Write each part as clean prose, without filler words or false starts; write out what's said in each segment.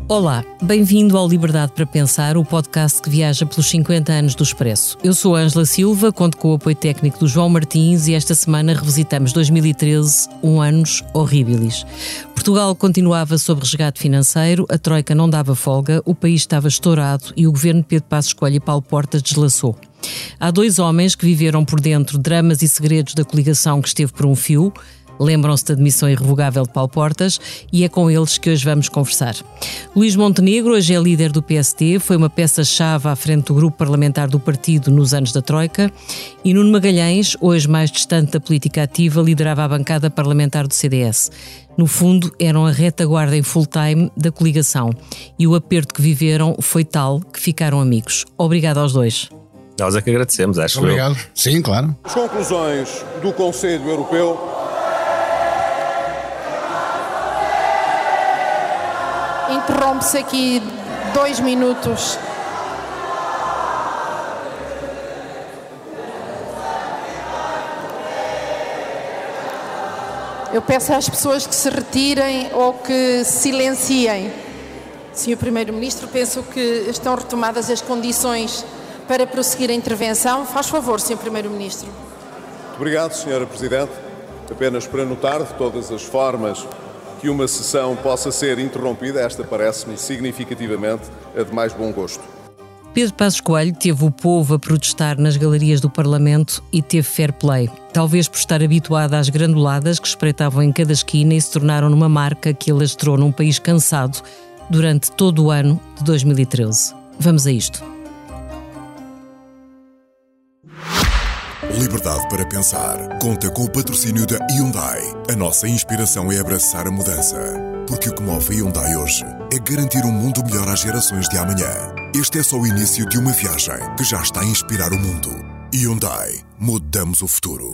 Olá, bem-vindo ao Liberdade para Pensar, o podcast que viaja pelos 50 anos do Expresso. Eu sou a Ângela Silva, conto com o apoio técnico do João Martins e esta semana revisitamos 2013, anos horríveis. Portugal continuava sob resgate financeiro, a Troika não dava folga, o país estava estourado e o governo de Pedro Passos Coelho e Paulo Portas deslaçou. Há dois homens que viveram por dentro dramas e segredos da coligação que esteve por um fio. Lembram-se da demissão irrevogável de Paulo Portas e é com eles que hoje vamos conversar. Luís Montenegro, hoje é líder do PSD, foi uma peça-chave à frente do grupo parlamentar do partido nos anos da Troika, e Nuno Magalhães, hoje mais distante da política ativa, liderava a bancada parlamentar do CDS. No fundo, eram a retaguarda em full-time da coligação e o aperto que viveram foi tal que ficaram amigos. Obrigado aos dois. Nós é que agradecemos, acho. Obrigado. Sim, claro. As conclusões do Conselho Europeu. Interrompe-se aqui 2 minutos. Eu peço às pessoas que se retirem ou que silenciem. Sr. Primeiro-Ministro, penso que estão retomadas as condições para prosseguir a intervenção. Faz favor, Sr. Primeiro-Ministro. Muito obrigado, Sra. Presidente. Apenas para notar de todas as formas que uma sessão possa ser interrompida, esta parece-me significativamente a de mais bom gosto. Pedro Passos Coelho teve o povo a protestar nas galerias do Parlamento e teve fair play. Talvez por estar habituado às granduladas que espreitavam em cada esquina e se tornaram numa marca que alastrou num país cansado durante todo o ano de 2013. Vamos a isto. Liberdade para Pensar. Conta com o patrocínio da Hyundai. A nossa inspiração é abraçar a mudança. Porque o que move a Hyundai hoje é garantir um mundo melhor às gerações de amanhã. Este é só o início de uma viagem que já está a inspirar o mundo. Hyundai. Mudamos o futuro.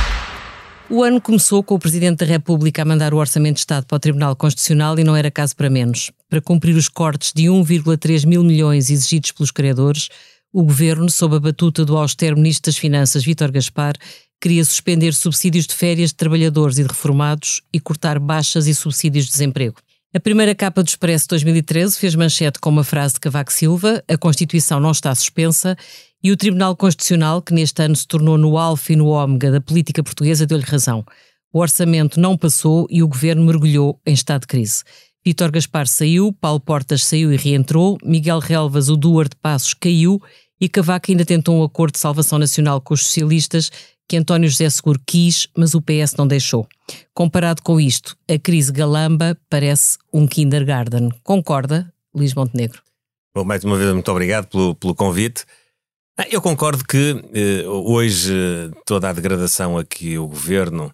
O ano começou com o Presidente da República a mandar o Orçamento de Estado para o Tribunal Constitucional e não era caso para menos. Para cumprir os cortes de 1,3 mil milhões exigidos pelos credores, o Governo, sob a batuta do austero Ministro das Finanças, Vítor Gaspar, queria suspender subsídios de férias de trabalhadores e de reformados e cortar baixas e subsídios de desemprego. A primeira capa do Expresso 2013 fez manchete com uma frase de Cavaco Silva: a Constituição não está suspensa, e o Tribunal Constitucional, que neste ano se tornou no alfa e no ômega da política portuguesa, deu-lhe razão. O orçamento não passou e o Governo mergulhou em estado de crise. Vítor Gaspar saiu, Paulo Portas saiu e reentrou, Miguel Relvas, o Duarte Passos, caiu e Cavaco ainda tentou um acordo de salvação nacional com os socialistas que António José Seguro quis, mas o PS não deixou. Comparado com isto, a crise galamba parece um kindergarten. Concorda, Luís Montenegro? Bom, mais uma vez, muito obrigado pelo convite. Eu concordo que hoje toda a degradação em que o Governo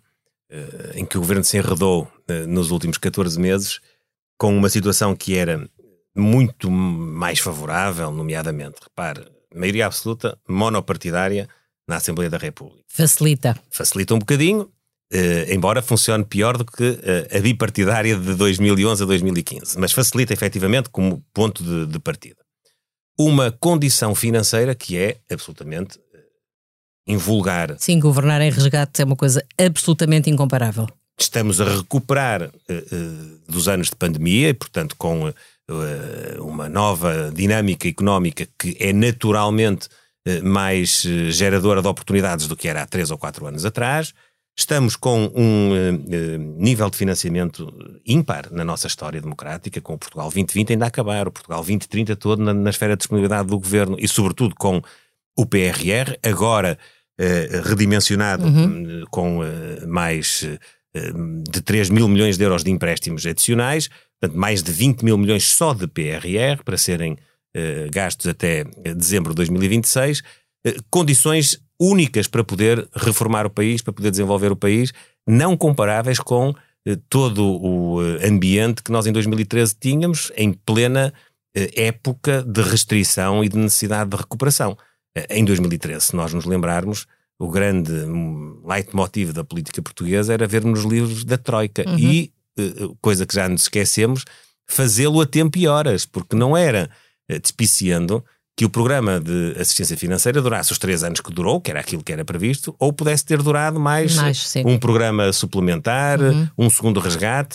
se enredou nos últimos 14 meses, com uma situação que era muito mais favorável, nomeadamente, repare, maioria absoluta, monopartidária na Assembleia da República. Facilita um bocadinho, embora funcione pior do que a bipartidária de 2011 a 2015, mas facilita efetivamente como ponto de partida. Uma condição financeira que é absolutamente invulgar. Sim, governar em resgate é uma coisa absolutamente incomparável. Estamos a recuperar dos anos de pandemia e, portanto, com uma nova dinâmica económica que é naturalmente mais geradora de oportunidades do que era há 3 ou 4 anos atrás. Estamos com um nível de financiamento ímpar na nossa história democrática, com o Portugal 2020 ainda a acabar, o Portugal 2030 todo na esfera de disponibilidade do Governo e, sobretudo, com o PRR, agora redimensionado com mais de 3 mil milhões de euros de empréstimos adicionais, portanto mais de 20 mil milhões só de PRR para serem gastos até dezembro de 2026, condições únicas para poder reformar o país, para poder desenvolver o país, não comparáveis com todo o ambiente que nós em 2013 tínhamos em plena época de restrição e de necessidade de recuperação. Em 2013, se nós nos lembrarmos, o grande leitmotiv da política portuguesa era vermos os livros da Troika e, coisa que já nos esquecemos, fazê-lo a tempo e horas, porque não era despiciando que o programa de assistência financeira durasse os 3 anos que durou, que era aquilo que era previsto, ou pudesse ter durado mais um programa suplementar, um segundo resgate,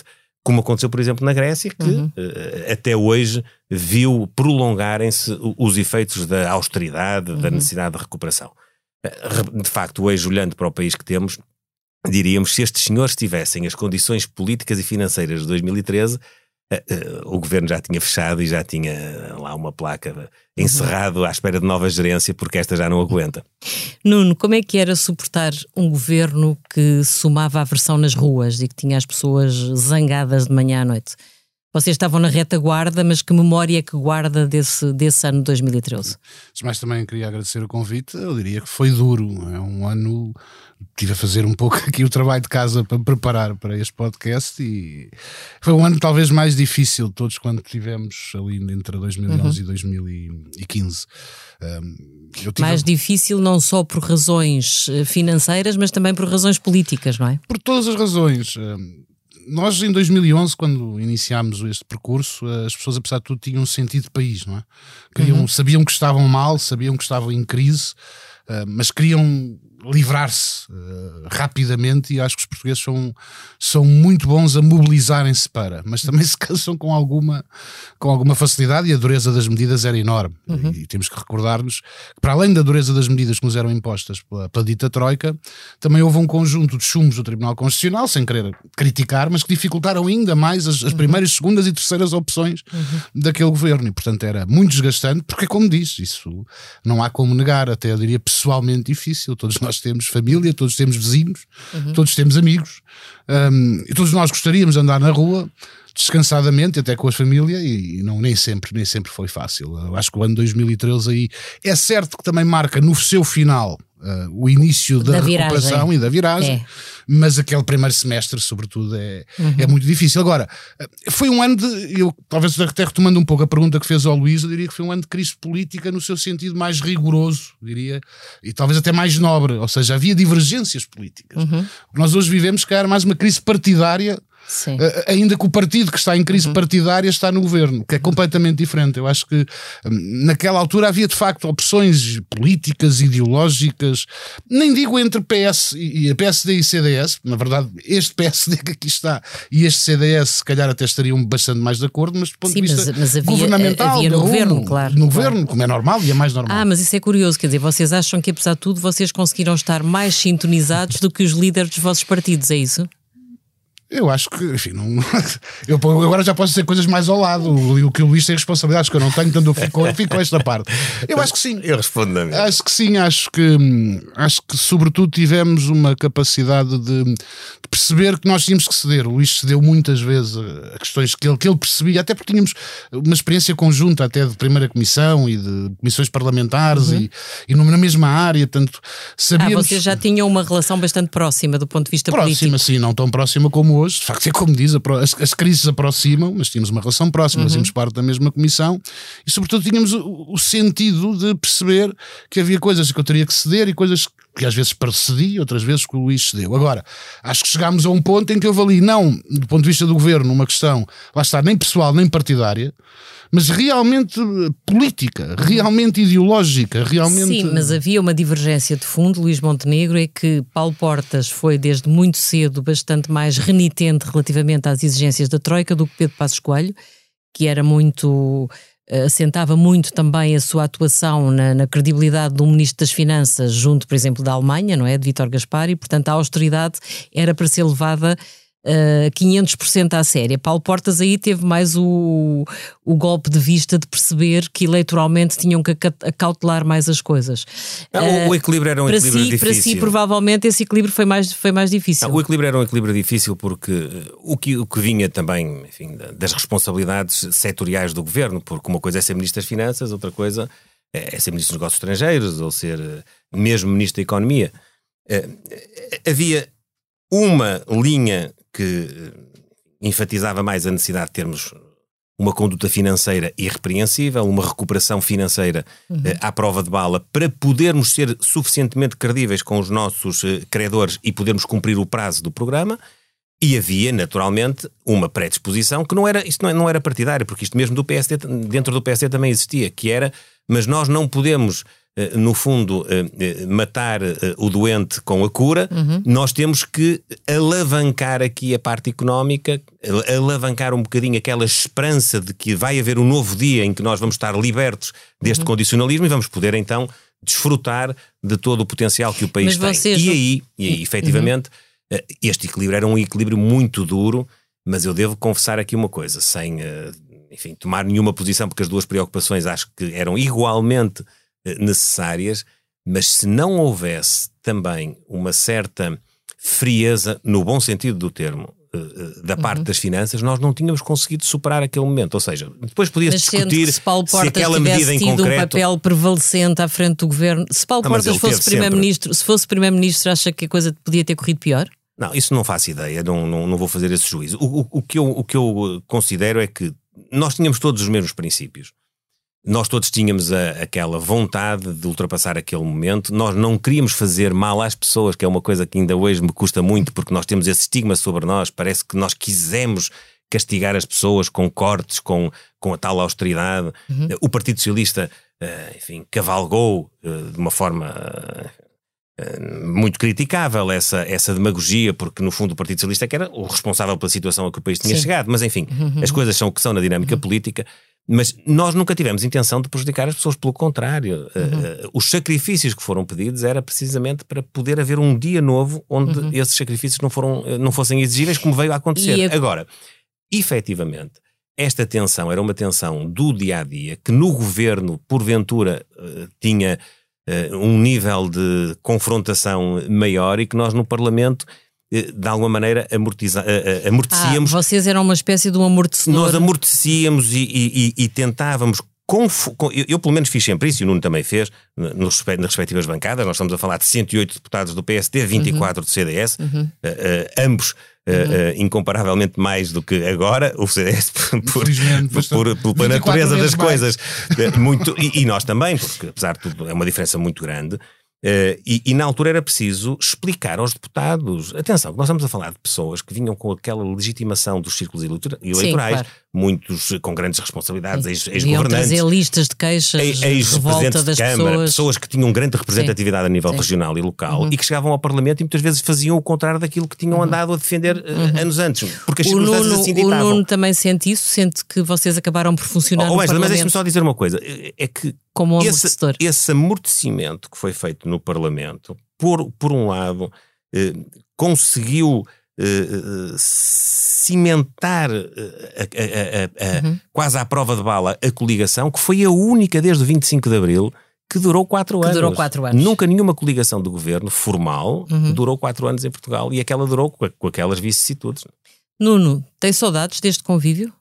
como aconteceu, por exemplo, na Grécia, que até hoje viu prolongarem-se os efeitos da austeridade, da necessidade de recuperação. De facto, hoje, olhando para o país que temos, diríamos, se estes senhores tivessem as condições políticas e financeiras de 2013, o governo já tinha fechado e já tinha lá uma placa encerrado à espera de nova gerência, porque esta já não aguenta. Nuno, como é que era suportar um governo que somava aversão nas ruas e que tinha as pessoas zangadas de manhã à noite? Vocês estavam na retaguarda, mas que memória é que guarda desse ano de 2013? Mas também queria agradecer o convite. Eu diria que foi duro. É um ano... Tive a fazer um pouco aqui o trabalho de casa para preparar para este podcast e foi um ano talvez mais difícil de todos quando tivemos ali entre 2011 e 2015. Mais difícil não só por razões financeiras, mas também por razões políticas, não é? Por todas as razões. Nós, em 2011, quando iniciámos este percurso, as pessoas, apesar de tudo, tinham um sentido de país, não é? Sabiam que estavam mal, sabiam que estavam em crise, mas queriam livrar-se rapidamente, e acho que os portugueses são muito bons a mobilizarem-se mas também se cansam com alguma facilidade, e a dureza das medidas era enorme. E temos que recordar-nos que, para além da dureza das medidas que nos eram impostas pela dita Troika, também houve um conjunto de chumos do Tribunal Constitucional, sem querer criticar, mas que dificultaram ainda mais as primeiras, segundas e terceiras opções daquele governo, e portanto era muito desgastante, porque, como disse, isso não há como negar, até eu diria pessoalmente difícil. Todos nós temos família, todos temos vizinhos, todos temos amigos, e todos nós gostaríamos de andar na rua descansadamente, até com a família, e nem sempre foi fácil. Eu acho que o ano 2013 aí é certo que também marca no seu final o início da recuperação e da viragem, mas aquele primeiro semestre, sobretudo, é muito difícil. Agora, foi um ano eu talvez até retomando um pouco a pergunta que fez ao Luís, eu diria que foi um ano de crise política no seu sentido mais rigoroso, diria, e talvez até mais nobre, ou seja, havia divergências políticas. O que nós hoje vivemos, que era mais uma crise partidária, ainda que o partido que está em crise partidária está no governo, que é completamente diferente. Eu acho que naquela altura havia de facto opções políticas, ideológicas, nem digo entre PS e PSD e CDS, na verdade este PSD que aqui está e este CDS se calhar até estariam bastante mais de acordo, mas do ponto de vista governamental, havia no governo, claro. No governo, como é normal e é mais normal. Mas isso é curioso, quer dizer, vocês acham que apesar de tudo vocês conseguiram estar mais sintonizados do que os líderes dos vossos partidos, é isso? Eu acho que, enfim, eu agora já posso dizer coisas mais ao lado. O que o Luís tem responsabilidades que eu não tenho, portanto eu fico com esta parte. Eu acho que sim. Eu respondo na minha. Acho que sim, acho que sobretudo tivemos uma capacidade de perceber que nós tínhamos que ceder. O Luís cedeu muitas vezes a questões que ele percebia, até porque tínhamos uma experiência conjunta até de primeira comissão e de comissões parlamentares e na mesma área, portanto sabíamos... vocês já tinham uma relação bastante próxima do ponto de vista político. Próxima, sim, não tão próxima como hoje. De facto, é como diz, as crises aproximam, mas tínhamos uma relação próxima, fazíamos parte da mesma comissão e, sobretudo, tínhamos o sentido de perceber que havia coisas que eu teria que ceder e coisas que às vezes cedi, outras vezes que o Luís cedeu. Agora, acho que chegámos a um ponto em que houve ali, não do ponto de vista do governo, uma questão, lá está, nem pessoal, nem partidária, mas realmente política, realmente ideológica, realmente... Sim, mas havia uma divergência de fundo. Luís Montenegro é que Paulo Portas foi desde muito cedo bastante mais renitente relativamente às exigências da Troika do que Pedro Passos Coelho, que era muito... assentava muito também a sua atuação na credibilidade do Ministro das Finanças junto, por exemplo, da Alemanha, não é? De Vítor Gaspar, e portanto a austeridade era para ser levada 500% à séria. Paulo Portas aí teve mais o golpe de vista de perceber que eleitoralmente tinham que acautelar mais as coisas. O equilíbrio era um equilíbrio difícil. Para si, provavelmente, esse equilíbrio foi mais difícil. O equilíbrio era um equilíbrio difícil porque o que vinha também, enfim, das responsabilidades setoriais do governo, porque uma coisa é ser Ministro das Finanças, outra coisa é ser Ministro dos Negócios Estrangeiros ou ser mesmo Ministro da Economia. Havia uma linha que enfatizava mais a necessidade de termos uma conduta financeira irrepreensível, uma recuperação financeira à prova de bala, para podermos ser suficientemente credíveis com os nossos credores e podermos cumprir o prazo do programa. E havia, naturalmente, uma predisposição que isto não era partidário, porque isto mesmo do PSD, dentro do PSD também existia, que era, mas nós não podemos no fundo, matar o doente com a cura, nós temos que alavancar aqui a parte económica, alavancar um bocadinho aquela esperança de que vai haver um novo dia em que nós vamos estar libertos deste condicionalismo e vamos poder então desfrutar de todo o potencial que o país tem. E aí, efetivamente, este equilíbrio era um equilíbrio muito duro, mas eu devo confessar aqui uma coisa, sem, enfim, tomar nenhuma posição, porque as duas preocupações acho que eram igualmente necessárias, mas se não houvesse também uma certa frieza, no bom sentido do termo, da parte das finanças, nós não tínhamos conseguido superar aquele momento. Ou seja, depois podia-se discutir se Paulo Portas se aquela medida em concreto... um papel prevalecente à frente do governo. Se Paulo Portas fosse primeiro-ministro, acha que a coisa podia ter corrido pior? Não, isso não faço ideia, não vou fazer esse juízo. O que eu considero é que nós tínhamos todos os mesmos princípios. Nós todos tínhamos aquela vontade de ultrapassar aquele momento. Nós não queríamos fazer mal às pessoas, que é uma coisa que ainda hoje me custa muito, porque nós temos esse estigma sobre nós. Parece que nós quisemos castigar as pessoas com cortes, com a tal austeridade. O Partido Socialista, enfim, cavalgou de uma forma muito criticável essa demagogia, porque no fundo o Partido Socialista que era o responsável pela situação a que o país tinha chegado. Mas enfim, as coisas são o que são na dinâmica política. Mas nós nunca tivemos intenção de prejudicar as pessoas, pelo contrário. Os sacrifícios que foram pedidos era precisamente para poder haver um dia novo onde esses sacrifícios não fossem exigíveis, como veio a acontecer. Agora, efetivamente, esta tensão era uma tensão do dia-a-dia, que no governo, porventura, tinha um nível de confrontação maior e que nós no Parlamento... de alguma maneira amortecíamos. Vocês eram uma espécie de um amortecedor. Nós amortecíamos e tentávamos, eu pelo menos fiz sempre isso, e o Nuno também fez, nas respectivas bancadas. Nós estamos a falar de 108 deputados do PSD, 24 do CDS, ambos incomparavelmente mais do que agora, o CDS pela natureza das coisas. E nós também, porque apesar de tudo é uma diferença muito grande. E na altura era preciso explicar aos deputados, atenção, que nós estamos a falar de pessoas que vinham com aquela legitimação dos círculos eleitorais, sim, claro. Muitos com grandes responsabilidades, ex-governantes, iam trazer listas de queixas, revolta das pessoas que tinham grande representatividade a nível regional e local e que chegavam ao Parlamento e muitas vezes faziam o contrário daquilo que tinham andado a defender anos antes, porque as circunstâncias assim ditavam. O Nuno também sente isso, sente que vocês acabaram por funcionar no Parlamento. Mas deixe-me só dizer uma coisa, é que como amortecedor. Esse amortecimento que foi feito no Parlamento, por um lado, conseguiu cimentar quase à prova de bala a coligação, que foi a única desde o 25 de Abril que durou 4 anos. Nunca nenhuma coligação do governo formal durou 4 anos em Portugal, e aquela durou com aquelas vicissitudes. Nuno, tem saudades deste convívio?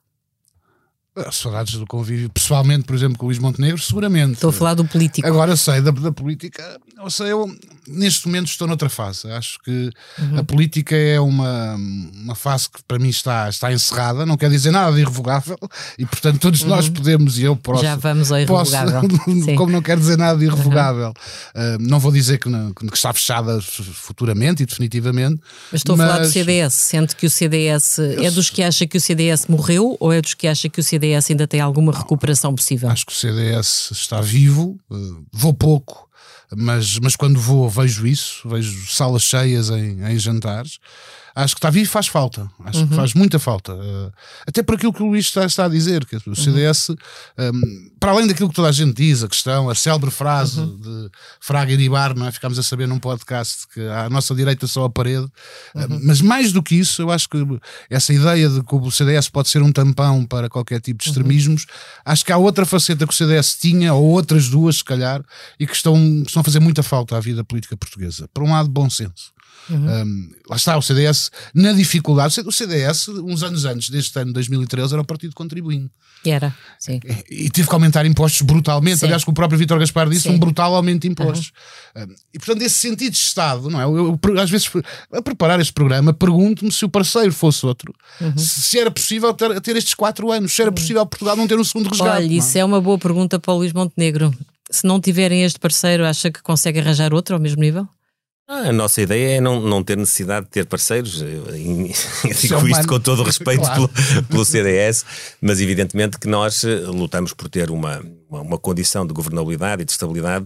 Saudades do convívio, pessoalmente, por exemplo, com o Luís Montenegro, seguramente. Estou a falar do político. Agora sei, da política, eu neste momento estou noutra fase. Acho que a política é uma fase que para mim está encerrada, não quer dizer nada de irrevogável, e portanto todos nós podemos, e eu posso... Já vamos ao irrevogável. Como não quer dizer nada de irrevogável. Não vou dizer que está fechada futuramente e definitivamente. Mas estou a falar do CDS, sendo que o CDS é dos que acha que o CDS morreu, ou é dos que acha que o CDS ainda tem alguma recuperação possível? Acho que o CDS está vivo, vou pouco, mas quando vou vejo isso, vejo salas cheias em jantares. Acho que está vivo e faz falta, acho que faz muita falta, até por aquilo que o Luís está a dizer, que o CDS, para além daquilo que toda a gente diz, a célebre frase de Fraga Iribar, não é? Ficámos a saber num podcast que à nossa direita só a parede, mas mais do que isso, eu acho que essa ideia de que o CDS pode ser um tampão para qualquer tipo de extremismos, acho que há outra faceta que o CDS tinha, ou outras duas se calhar, e que estão a fazer muita falta à vida política portuguesa. Por um lado, bom senso. Lá está o CDS na dificuldade. O CDS, uns anos antes deste ano de 2013, era o partido contribuinte. Era, sim. E teve que aumentar impostos brutalmente. Sim. Aliás, que o próprio Vítor Gaspar disse, um brutal aumento de impostos. E portanto, esse sentido de Estado, não é? Eu às vezes, a preparar este programa, pergunto-me se o parceiro fosse outro, se era possível ter estes 4 anos, se era possível Portugal não ter um segundo resgate. Olha, isso é uma boa pergunta para o Luís Montenegro. Se não tiverem este parceiro, acha que consegue arranjar outro ao mesmo nível? A nossa ideia é não ter necessidade de ter parceiros. Eu digo isto com todo o respeito pelo CDS, mas evidentemente que nós lutamos por ter uma condição de governabilidade e de estabilidade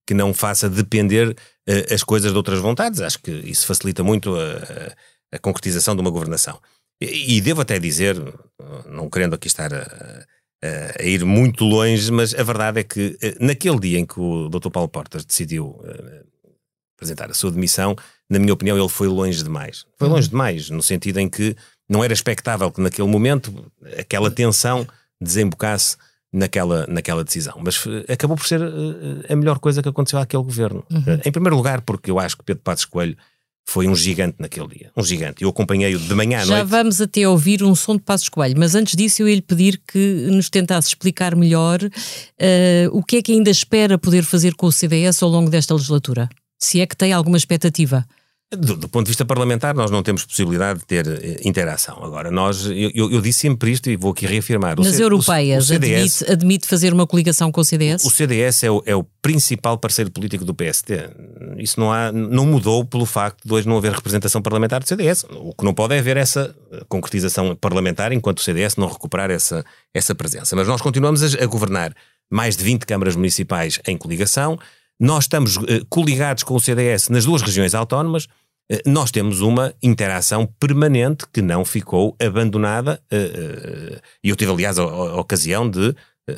que não faça depender as coisas de outras vontades. Acho que isso facilita muito a concretização de uma governação. E devo até dizer, não querendo aqui estar a ir muito longe, mas a verdade é que naquele dia em que o Dr. Paulo Portas decidiu apresentar a sua demissão, na minha opinião ele foi longe demais. Foi longe demais, no sentido em que não era expectável que naquele momento aquela tensão desembocasse naquela decisão. Mas acabou por ser a melhor coisa que aconteceu àquele governo. Em primeiro lugar, porque eu acho que Pedro Passos Coelho foi um gigante naquele dia. Um gigante. Eu acompanhei-o de manhã à noite. Já vamos até ouvir um som de Passos Coelho, mas antes disso eu ia lhe pedir que nos tentasse explicar melhor o que é que ainda espera poder fazer com o CDS ao longo desta legislatura. Se é que tem alguma expectativa. Do ponto de vista parlamentar, nós não temos possibilidade de ter interação. Agora, eu disse sempre isto e vou aqui reafirmar. Nas europeias, o CDS, admite fazer uma coligação com o CDS? O CDS é o principal parceiro político do PSD. Isso não mudou pelo facto de hoje não haver representação parlamentar do CDS. O que não pode é haver essa concretização parlamentar enquanto o CDS não recuperar essa presença. Mas nós continuamos a governar mais de 20 câmaras municipais em coligação. Nós estamos coligados com o CDS nas 2 regiões autónomas. Nós temos uma interação permanente que não ficou abandonada. E eu tive, aliás, a ocasião de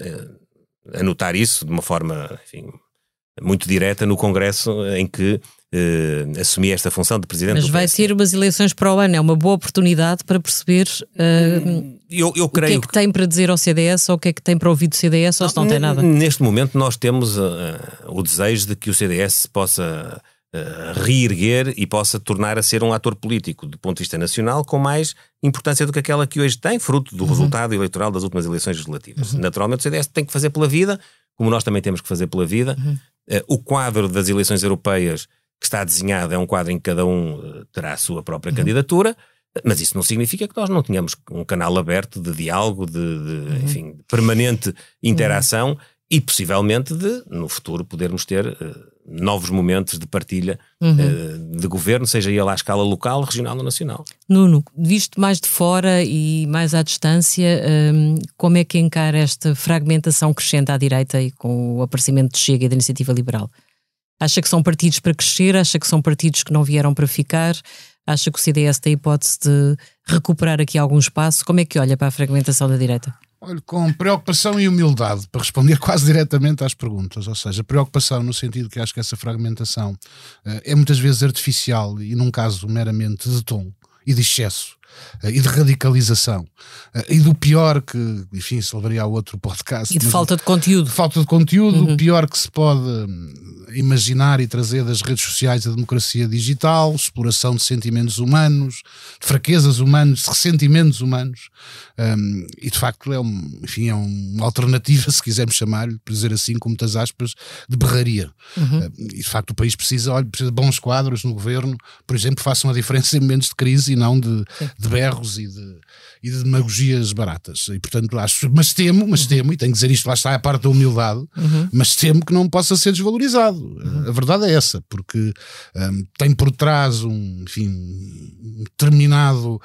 anotar isso de uma forma, enfim, muito direta no Congresso em que assumi esta função de Presidente do PSD. Mas vai ter umas eleições para o ano. É uma boa oportunidade para perceber eu creio o que é que tem para dizer ao CDS ou o que é que tem para ouvir do CDS ou se não tem nada. Neste momento nós temos o desejo de que o CDS possa reerguer e possa tornar a ser um ator político do ponto de vista nacional com mais importância do que aquela que hoje tem, fruto do resultado eleitoral das últimas eleições legislativas. Naturalmente o CDS tem que fazer pela vida, como nós também temos que fazer pela vida. O quadro das eleições europeias que está desenhado é um quadro em que cada um terá a sua própria candidatura, mas isso não significa que nós não tenhamos um canal aberto de diálogo, enfim, de permanente interação e possivelmente no futuro podermos ter novos momentos de partilha de governo, seja ele à escala local, regional ou nacional. Nuno, visto mais de fora e mais à distância, como é que encara esta fragmentação crescente à direita e com o aparecimento de Chega e da Iniciativa Liberal? Acha que são partidos para crescer? Acha que são partidos que não vieram para ficar? Acha que o CDS tem hipótese de recuperar aqui algum espaço? Como é que olha para a fragmentação da direita? Olha, com preocupação e humildade, para responder quase diretamente às perguntas, ou seja, preocupação no sentido que acho que essa fragmentação é muitas vezes artificial e num caso meramente de tom e de excesso e de radicalização e do pior que, enfim, se levaria a outro podcast. E de falta de conteúdo. Falta de conteúdo, o pior que se pode imaginar e trazer das redes sociais a democracia digital, exploração de sentimentos humanos, de fraquezas humanas, de ressentimentos humanos, e de facto é uma alternativa, se quisermos chamar-lhe, por dizer assim, com muitas aspas, de berraria. E de facto o país precisa de bons quadros no governo, por exemplo, que façam a diferença em momentos de crise e não de berros e de demagogias baratas. E portanto acho, mas temo, e tenho que dizer isto, lá está a parte da humildade, mas temo que não possa ser desvalorizado. A verdade é essa, porque tem por trás um determinado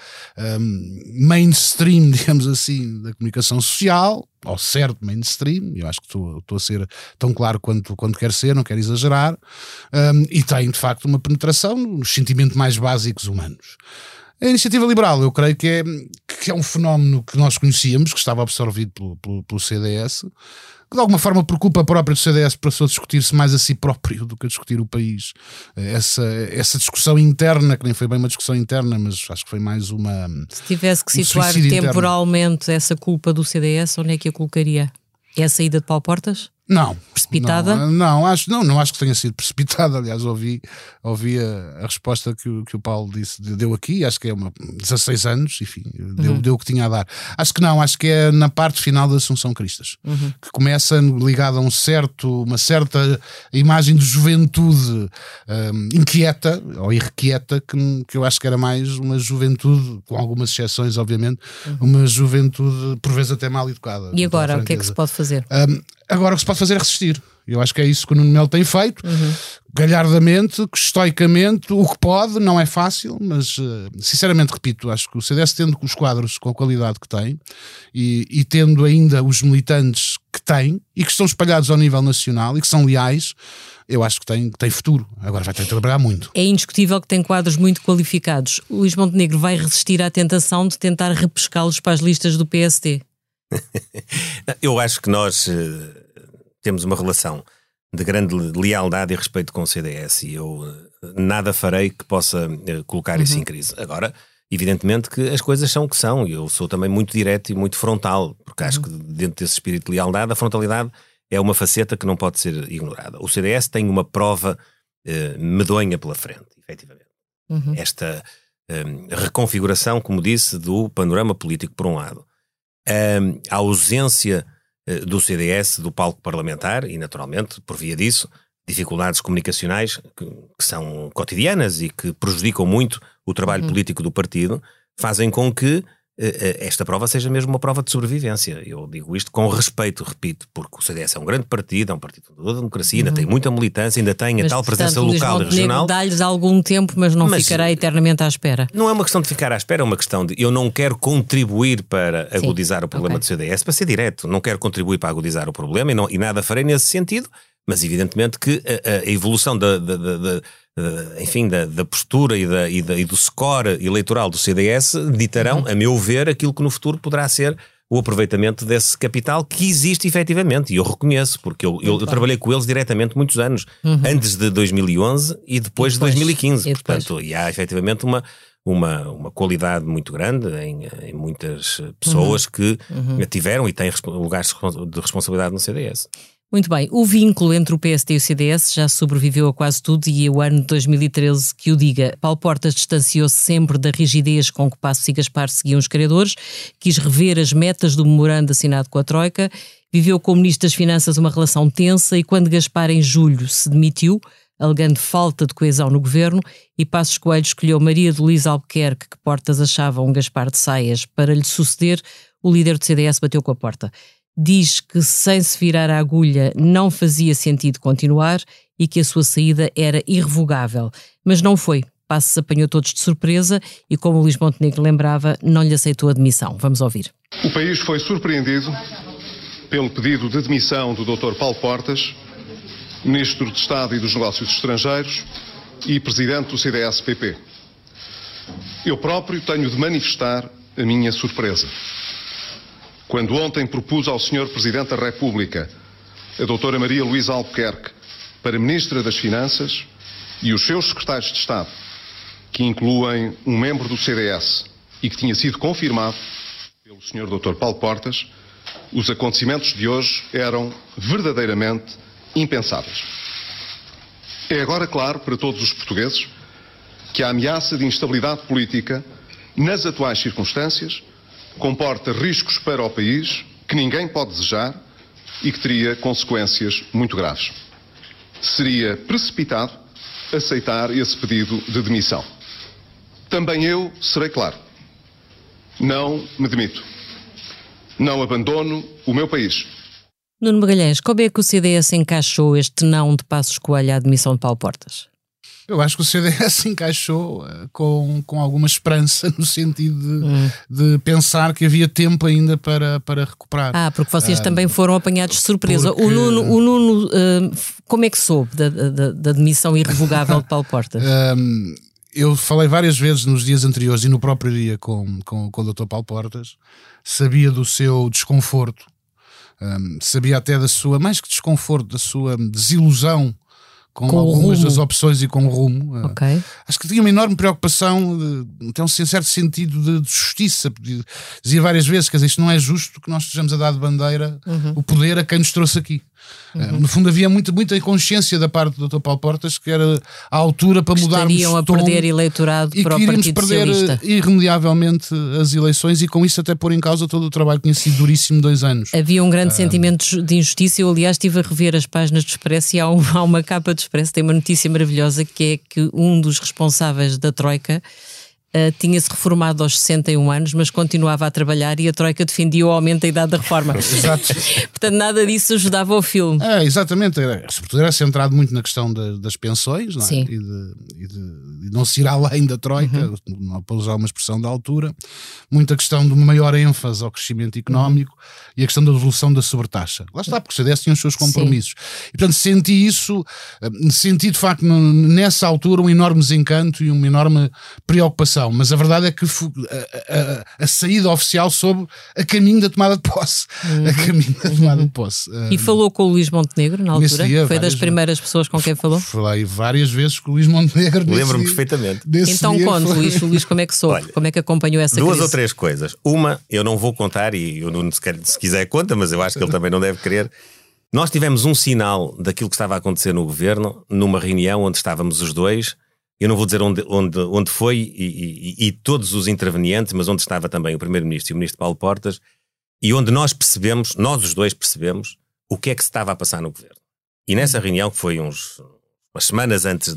mainstream, digamos assim, da comunicação social, ou certo mainstream, eu acho que estou a ser tão claro quanto quer ser, não quero exagerar, e tem de facto uma penetração nos sentimentos mais básicos humanos. A Iniciativa Liberal, eu creio que é um fenómeno que nós conhecíamos, que estava absorvido pelo CDS, que de alguma forma, por culpa própria do CDS, passou a discutir-se mais a si próprio do que a discutir o país. Essa discussão interna, que nem foi bem uma discussão interna, mas acho que foi mais uma... Se tivesse que situar temporalmente interno. Essa culpa do CDS, onde é que a colocaria? É a saída de Paulo Portas? Não. Precipitada? Não acho que tenha sido precipitada. Aliás, ouvi a resposta que o Paulo deu aqui, acho que é 16 anos, enfim, deu o que tinha a dar. Acho que não, acho que é na parte final da Assunção Cristas, que começa ligada a uma certa imagem de juventude inquieta, ou irrequieta, que eu acho que era mais uma juventude, com algumas exceções, obviamente, uma juventude por vezes até mal educada. E agora, o que é que se pode fazer? Agora o que se pode fazer é resistir. Eu acho que é isso que o Nuno Melo tem feito, galhardamente, estoicamente, o que pode, não é fácil, mas sinceramente, repito, acho que o CDS tendo os quadros com a qualidade que tem e tendo ainda os militantes que tem e que estão espalhados ao nível nacional e que são leais, eu acho que tem futuro. Agora vai ter que trabalhar muito. É indiscutível que tem quadros muito qualificados. O Luís Montenegro vai resistir à tentação de tentar repescá-los para as listas do PSD? Eu acho que nós temos uma relação de grande lealdade e respeito com o CDS e eu nada farei que possa colocar isso em crise. Agora, evidentemente que as coisas são o que são e eu sou também muito direto e muito frontal, porque acho que dentro desse espírito de lealdade, a frontalidade é uma faceta que não pode ser ignorada. O CDS tem uma prova medonha pela frente, efetivamente. Esta reconfiguração, como disse, do panorama político, por um lado. A ausência do CDS do palco parlamentar e, naturalmente, por via disso, dificuldades comunicacionais que são cotidianas e que prejudicam muito o trabalho político do partido, fazem com que esta prova seja mesmo uma prova de sobrevivência. Eu digo isto com respeito, repito, porque o CDS é um grande partido, é um partido da democracia, ainda tem muita militância, ainda tem a tal presença local e regional. Dá-lhes algum tempo, mas não ficará eternamente à espera. Não é uma questão de ficar à espera, é uma questão de eu não quero contribuir para agudizar o problema do CDS, para ser direto, não quero contribuir para agudizar o problema e nada farei nesse sentido, mas evidentemente que a evolução da postura e do score eleitoral do CDS ditarão, a meu ver, aquilo que no futuro poderá ser o aproveitamento desse capital que existe efetivamente, e eu reconheço, porque eu trabalhei com eles diretamente muitos anos, antes de 2011 e depois de 2015, portanto, e há efetivamente uma qualidade muito grande em muitas pessoas que tiveram e têm lugares de responsabilidade no CDS. Muito bem, o vínculo entre o PSD e o CDS já sobreviveu a quase tudo e é o ano de 2013 que o diga. Paulo Portas distanciou-se sempre da rigidez com que Passos e Gaspar seguiam os criadores, quis rever as metas do memorando assinado com a Troika, viveu com o Ministro das Finanças uma relação tensa e quando Gaspar em julho se demitiu, alegando falta de coesão no governo, e Passos Coelho escolheu Maria de Luís Albuquerque, que Portas achava um Gaspar de Saias, para lhe suceder, o líder do CDS bateu com a porta. Diz que sem se virar a agulha não fazia sentido continuar e que a sua saída era irrevogável. Mas não foi. Passos apanhou todos de surpresa e, como o Luís Montenegro lembrava, não lhe aceitou a demissão. Vamos ouvir. O país foi surpreendido pelo pedido de demissão do Dr. Paulo Portas, Ministro de Estado e dos Negócios Estrangeiros e Presidente do CDS-PP. Eu próprio tenho de manifestar a minha surpresa. Quando ontem propus ao Sr. Presidente da República a Doutora Maria Luísa Albuquerque para Ministra das Finanças e os seus secretários de Estado, que incluem um membro do CDS e que tinha sido confirmado pelo Sr. Dr. Paulo Portas, os acontecimentos de hoje eram verdadeiramente impensáveis. É agora claro para todos os portugueses que a ameaça de instabilidade política, nas atuais circunstâncias, comporta riscos para o país que ninguém pode desejar e que teria consequências muito graves. Seria precipitado aceitar esse pedido de demissão. Também eu serei claro. Não me demito. Não abandono o meu país. Nuno Magalhães, como é que o CDS encaixou este não de Passos Coelho à demissão de Paulo Portas? Eu acho que o CDS encaixou com alguma esperança no sentido de pensar que havia tempo ainda para recuperar. Porque vocês também foram apanhados de surpresa. Porque... O Nuno como é que soube da demissão irrevogável de Paulo Portas? Eu falei várias vezes nos dias anteriores e no próprio dia com o Dr. Paulo Portas, sabia do seu desconforto, sabia até da sua, mais que desconforto, da sua desilusão com algumas das opções e com o rumo. Okay. Acho que tinha uma enorme preocupação, tem um certo sentido de justiça. Dizia várias vezes, quer dizer, isto não é justo que nós estejamos a dar de bandeira o poder a quem nos trouxe aqui. No fundo havia muita consciência da parte do Dr. Paulo Portas que era à altura para mudarmos de tom, a perder eleitorado para o Partido Socialista. E que iríamos perder irremediavelmente as eleições e com isso até pôr em causa todo o trabalho que tinha sido duríssimo 2 anos. Havia um grande sentimento de injustiça. Eu aliás estive a rever as páginas do Expresso e há uma capa do Expresso, tem uma notícia maravilhosa que é que um dos responsáveis da Troika tinha-se reformado aos 61 anos, mas continuava a trabalhar e a Troika defendia o aumento da idade da reforma. Exato. Portanto, nada disso ajudava ao filme. Exatamente. Sobretudo era centrado muito na questão das pensões, não é? Sim. E de não se ir além da Troika, não para usar uma expressão da altura. Muita questão de uma maior ênfase ao crescimento económico e a questão da devolução da sobretaxa. Lá está, porque o CDS tinha os seus compromissos. Sim. E, portanto, senti de facto nessa altura um enorme desencanto e uma enorme preocupação. Mas a verdade é que a saída oficial soube a caminho da tomada de posse. A caminho da tomada de posse. E falou com o Luís Montenegro na altura? Dia, foi das primeiras pessoas com quem falou? Falei várias vezes com o Luís Montenegro. Lembro-me perfeitamente. Então conte, Luís, como é que soube? Olha, como é que acompanhou essa crise? 2 ou 3 coisas. Uma, eu não vou contar, e o Nuno se quiser conta, mas eu acho que ele também não deve querer. Nós tivemos um sinal daquilo que estava a acontecer no governo numa reunião onde estávamos os dois. Eu não vou dizer onde foi e todos os intervenientes, mas onde estava também o Primeiro-Ministro e o Ministro Paulo Portas, e onde nós os dois percebemos o que é que se estava a passar no governo. E nessa reunião, que foi umas semanas antes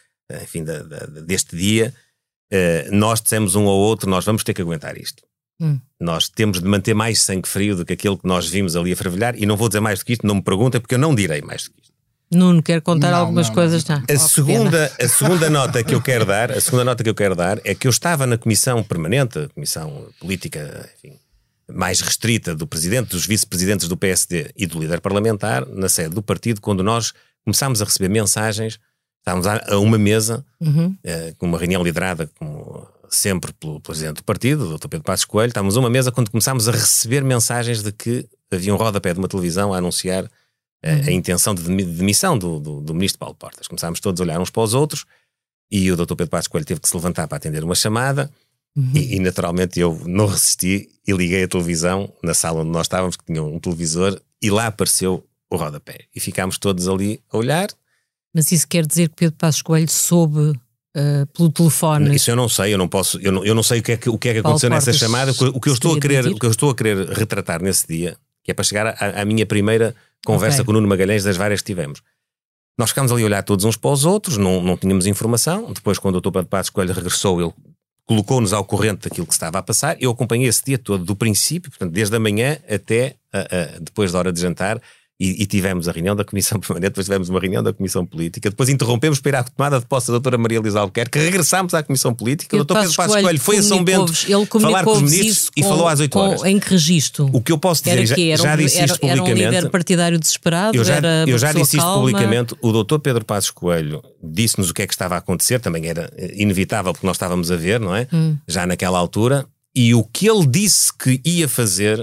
deste dia, nós dissemos um ao outro, nós vamos ter que aguentar isto. Nós temos de manter mais sangue frio do que aquilo que nós vimos ali a fervilhar, e não vou dizer mais do que isto, não me perguntem, porque eu não direi mais do que isto. Nuno, quer contar algumas coisas? Não. A segunda nota que eu quero dar é que eu estava na comissão permanente, a comissão política, enfim, mais restrita do presidente, dos vice-presidentes do PSD e do líder parlamentar, na sede do partido, quando nós começámos a receber mensagens. Estávamos a uma mesa, com uma reunião liderada, como sempre, pelo presidente do partido, o Dr. Pedro Passos Coelho. Estávamos a uma mesa quando começámos a receber mensagens de que havia um rodapé de uma televisão a anunciar a intenção de demissão do ministro Paulo Portas. Começámos todos a olhar uns para os outros e o Dr. Pedro Passos Coelho teve que se levantar para atender uma chamada e naturalmente eu não resisti e liguei a televisão na sala onde nós estávamos, que tinha um televisor, e lá apareceu o rodapé. E ficámos todos ali a olhar. Mas isso quer dizer que Pedro Passos Coelho soube pelo telefone? Isso eu não sei, eu não sei o que é que aconteceu nessa chamada. O que eu estou a querer retratar nesse dia, que é para chegar à minha primeira conversa com o Nuno Magalhães, das várias que tivemos. Nós ficámos ali a olhar todos uns para os outros, não tínhamos informação. Depois, quando o Dr. Pedro Passos Coelho regressou, ele colocou-nos ao corrente daquilo que estava a passar. Eu acompanhei esse dia todo, do princípio, portanto, desde a manhã até depois da hora de jantar. E tivemos a reunião da Comissão Permanente, depois tivemos uma reunião da Comissão Política, depois interrompemos para ir à tomada de posse da doutora Maria Elisa Albuquerque, regressámos à Comissão Política, o doutor Pedro Passos Coelho foi a São Bento falar com os ministros e falou às 8 horas. Em que registro? O que eu posso dizer, já disse isto publicamente. Era um líder partidário desesperado? Eu já disse isto publicamente. O doutor Pedro Passos Coelho disse-nos o que é que estava a acontecer, também era inevitável porque nós estávamos a ver, não é? Já naquela altura, e o que ele disse que ia fazer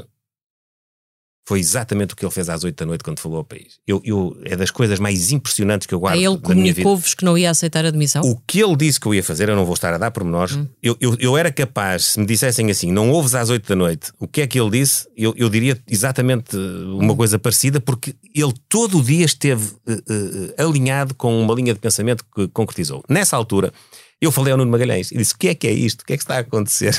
foi exatamente o que ele fez às 8 da noite quando falou ao país. É das coisas mais impressionantes que eu guardo da minha vida. Ele comunicou-vos que não ia aceitar a demissão? O que ele disse que eu ia fazer, eu não vou estar a dar pormenores. Eu era capaz, se me dissessem assim, não ouves às 8 da noite, o que é que ele disse, eu diria exatamente uma coisa parecida, porque ele todo o dia esteve alinhado com uma linha de pensamento que concretizou. Nessa altura, eu falei ao Nuno Magalhães e disse, o que é isto? O que é que está a acontecer?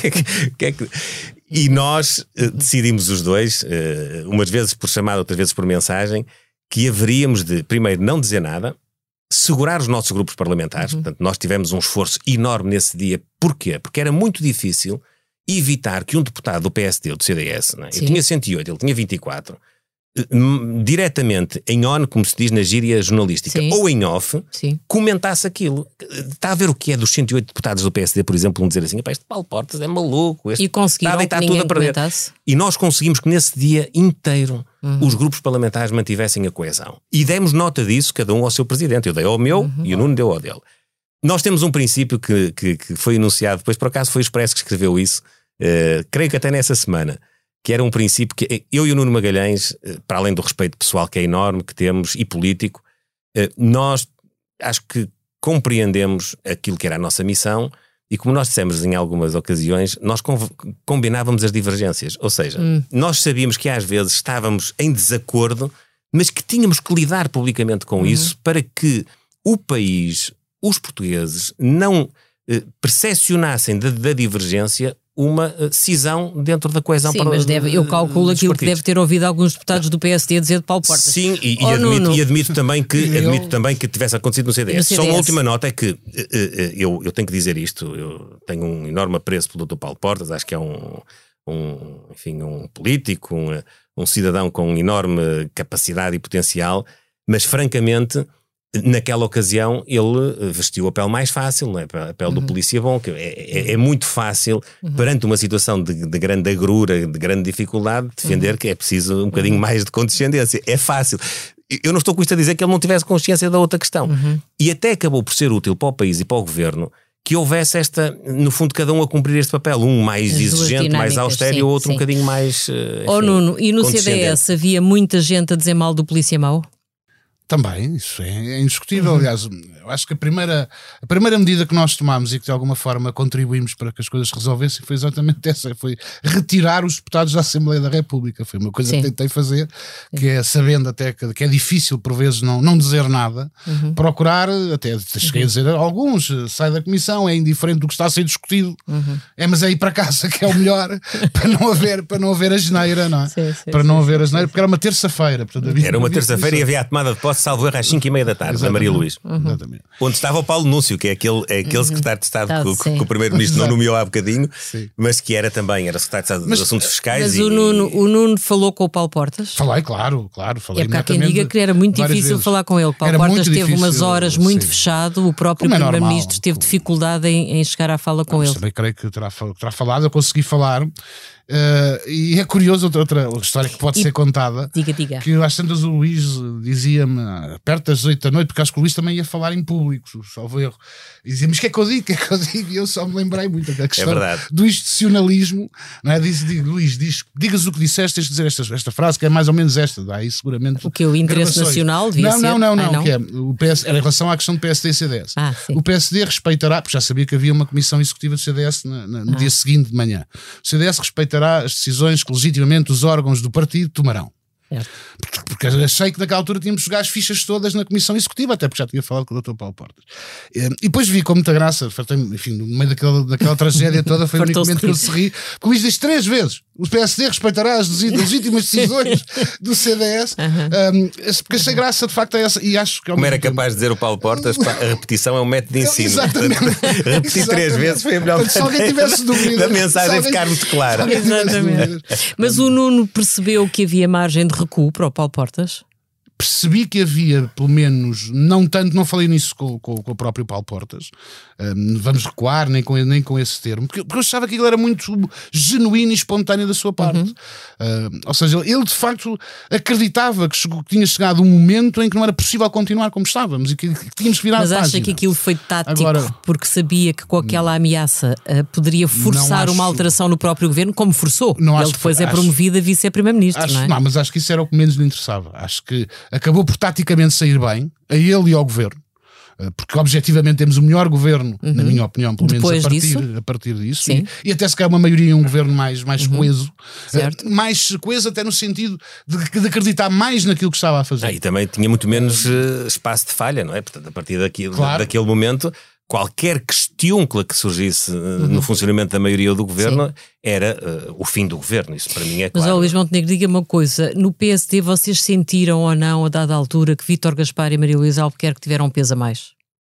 E nós decidimos os dois, umas vezes por chamada, outras vezes por mensagem, que haveríamos de, primeiro, não dizer nada, segurar os nossos grupos parlamentares. Portanto, nós tivemos um esforço enorme nesse dia. Porquê? Porque era muito difícil evitar que um deputado do PSD ou do CDS, não é? Eu tinha 108, ele tinha 24, diretamente em on, como se diz na gíria jornalística, ou em off, comentasse aquilo. Está a ver o que é dos 108 deputados do PSD, por exemplo, um dizer assim, este Paulo Portas é maluco, este e conseguiram está a deitar tudo a perder. E nós conseguimos que nesse dia inteiro os grupos parlamentares mantivessem a coesão. E demos nota disso, cada um ao seu presidente. Eu dei ao meu e o Nuno deu ao dele. Nós temos um princípio que foi enunciado, depois por acaso foi o Expresso que escreveu isso, creio que até nessa semana, que era um princípio que eu e o Nuno Magalhães, para além do respeito pessoal que é enorme, que temos, e político, nós acho que compreendemos aquilo que era a nossa missão e, como nós dissemos em algumas ocasiões, nós combinávamos as divergências. Ou seja, nós sabíamos que às vezes estávamos em desacordo, mas que tínhamos que lidar publicamente com isso para que o país, os portugueses, não percepcionassem da divergência uma cisão dentro da coesão. Sim, mas eu calculo aquilo que deve ter ouvido alguns deputados do PSD dizer de Paulo Portas. Sim, e admito também que tivesse acontecido no CDS. Só uma última nota é que eu tenho que dizer isto, eu tenho um enorme apreço pelo Dr. Paulo Portas, acho que é um político, um cidadão com enorme capacidade e potencial, mas francamente naquela ocasião ele vestiu a pele mais fácil, não é? A pele do polícia bom, que é muito fácil perante uma situação de grande agrura, de grande dificuldade, defender que é preciso um bocadinho mais de condescendência. É fácil. Eu não estou com isto a dizer que ele não tivesse consciência da outra questão. E até acabou por ser útil para o país e para o governo que houvesse no fundo, cada um a cumprir este papel. Um mais exigente, mais austero, e o outro um bocadinho mais Nuno, e no CDS havia muita gente a dizer mal do polícia mau? Também, isso é indiscutível. Aliás, eu acho que a primeira medida que nós tomámos e que de alguma forma contribuímos para que as coisas se resolvessem foi exatamente essa, foi retirar os deputados da Assembleia da República. Foi uma coisa que tentei fazer, que é, sabendo até que é difícil por vezes não dizer nada, procurar, até cheguei a dizer a alguns, sai da comissão, é indiferente do que está a ser discutido, mas é ir para casa que é o melhor, para não haver a geneira, não é? Para não haver a geneira, porque era uma terça-feira. Era uma terça-feira e havia a tomada de posse, salvo erro, às 5:30 da tarde, da Maria Luís. Onde estava o Paulo Núncio, que é aquele secretário de Estado que o Primeiro-Ministro não nomeou há bocadinho, mas que era secretário de Estado dos Assuntos Fiscais. Mas o Nuno falou com o Paulo Portas? Falei, claro. Falei, é porque há quem diga que era muito difícil falar com ele. Paulo Portas teve umas horas muito fechado, o próprio Primeiro-Ministro teve dificuldade em chegar à fala com ele. Também creio que terá falado, eu consegui falar. E é curioso outra história que pode ser contada. Diga. Que às tantas o Luís dizia-me perto das 8 da noite, porque acho que o Luís também ia falar em público, salvo erro, e dizia-me: mas o que é que eu digo? E eu só me lembrei muito da questão do institucionalismo, não é? Luís, digas o que disseste, tens de dizer esta frase, que é mais ou menos esta. Daí seguramente o que é o interesse nacional devia ser? Não, que é o PS, em relação à questão do PSD e CDS. O PSD respeitará, porque já sabia que havia uma comissão executiva do CDS no dia seguinte de manhã. O CDS respeitará as decisões que legitimamente os órgãos do partido tomarão. Porque achei que naquela altura tínhamos jogar as fichas todas na comissão executiva, até porque já tinha falado com o Dr. Paulo Portas. E depois vi com muita graça, enfim, no meio daquela tragédia toda, foi o único momento que eu se ri, porque o Luís diz 3 vezes: o PSD respeitará as legítimas decisões do CDS. Porque achei graça de facto a essa, e acho que como era capaz de dizer o Paulo Portas, a repetição é um método de ensino. Exatamente. Repetir 3 vezes foi a melhor maneira. Se alguém tivesse dúvidas, da mensagem ficar muito clara. Exatamente. Mas o Nuno percebeu que havia margem de recuo para o Paulo Portas? Percebi que havia, pelo menos, não falei nisso com o próprio Paulo Portas, vamos recuar, nem com esse termo, porque eu achava que aquilo era muito genuíno e espontâneo da sua parte. Ou seja, ele de facto acreditava que tinha chegado um momento em que não era possível continuar como estávamos e que tínhamos que virar a página. Mas acha que aquilo foi tático porque sabia que com aquela ameaça poderia forçar uma alteração no próprio governo, como forçou? Ele depois é promovido a vice-primeiro-ministro, não é? Não, mas acho que isso era o que menos lhe interessava. Acho que acabou por taticamente sair bem a ele e ao governo, porque objetivamente temos o melhor governo, na minha opinião, pelo menos a partir disso, e até se calhar uma maioria, um governo mais coeso, mais coeso até no sentido de acreditar mais naquilo que estava a fazer. E também tinha muito menos espaço de falha, não é? Portanto, a partir daquele momento, qualquer questúncula que surgisse no funcionamento da maioria do governo era o fim do governo. Isso para mim é claro. Mas, Luís Montenegro, diga-me uma coisa: no PSD vocês sentiram ou não, a dada altura, que Vítor Gaspar e Maria Luísa Albuquerque tiveram um peso a mais?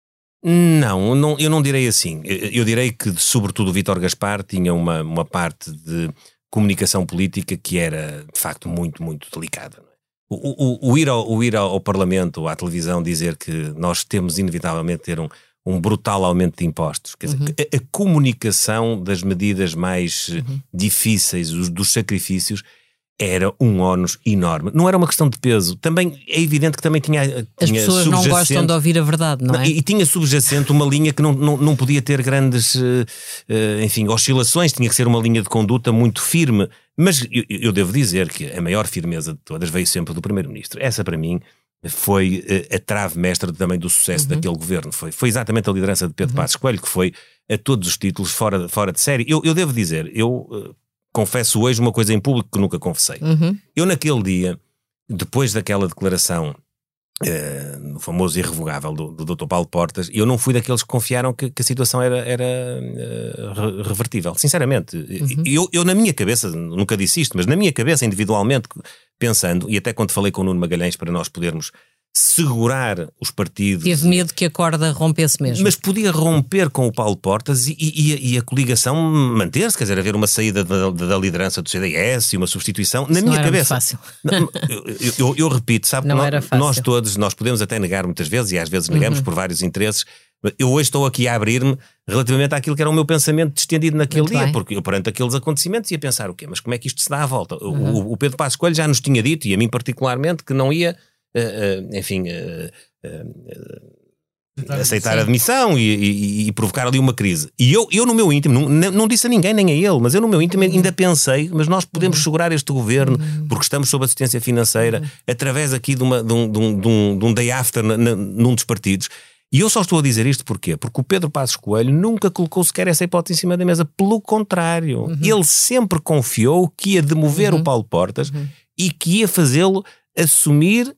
Não, eu não direi assim. Eu direi que, sobretudo, o Vítor Gaspar tinha uma parte de comunicação política que era, de facto, muito, muito delicada. O ir ao Parlamento, à televisão, dizer que nós temos inevitavelmente ter um brutal aumento de impostos. Quer dizer, a comunicação das medidas mais difíceis, dos sacrifícios, era um ónus enorme. Não era uma questão de peso. Também é evidente que também tinha as pessoas não gostam de ouvir a verdade, não é? E tinha subjacente uma linha que não podia ter grandes oscilações, tinha que ser uma linha de conduta muito firme. Mas eu devo dizer que a maior firmeza de todas veio sempre do Primeiro-Ministro. Essa, para mim, foi a trave mestra também do sucesso daquele governo. Foi exatamente a liderança de Pedro Passos Coelho, que foi a todos os títulos fora de série. Eu devo dizer, confesso hoje uma coisa em público que nunca confessei. Eu naquele dia, depois daquela declaração no famoso irrevogável do Dr. Paulo Portas, eu não fui daqueles que confiaram que a situação era revertível. Sinceramente, eu na minha cabeça, nunca disse isto, mas na minha cabeça, individualmente, pensando, e até quando falei com o Nuno Magalhães para nós podermos segurar os partidos... Teve medo que a corda rompesse mesmo. Mas podia romper com o Paulo Portas e a coligação manter-se, quer dizer, haver uma saída da liderança do CDS e uma substituição. Na minha cabeça... Fácil. Eu repito, sabe, não nós todos, nós podemos até negar muitas vezes, e às vezes negamos por vários interesses. Eu hoje estou aqui a abrir-me relativamente àquilo que era o meu pensamento distendido naquele Muito dia, bem. porque eu perante aqueles acontecimentos ia pensar o quê? Mas como é que isto se dá à volta? O Pedro Passos Coelho já nos tinha dito, e a mim particularmente, que não ia... aceitar a admissão e provocar ali uma crise. E eu no meu íntimo, não disse a ninguém, nem a ele, mas eu no meu íntimo ainda pensei, mas nós podemos segurar este governo porque estamos sob assistência financeira através aqui de um day after num dos partidos. E eu só estou a dizer isto porquê? Porque o Pedro Passos Coelho nunca colocou sequer essa hipótese em cima da mesa. Pelo contrário, ele sempre confiou que ia demover o Paulo Portas e que ia fazê-lo assumir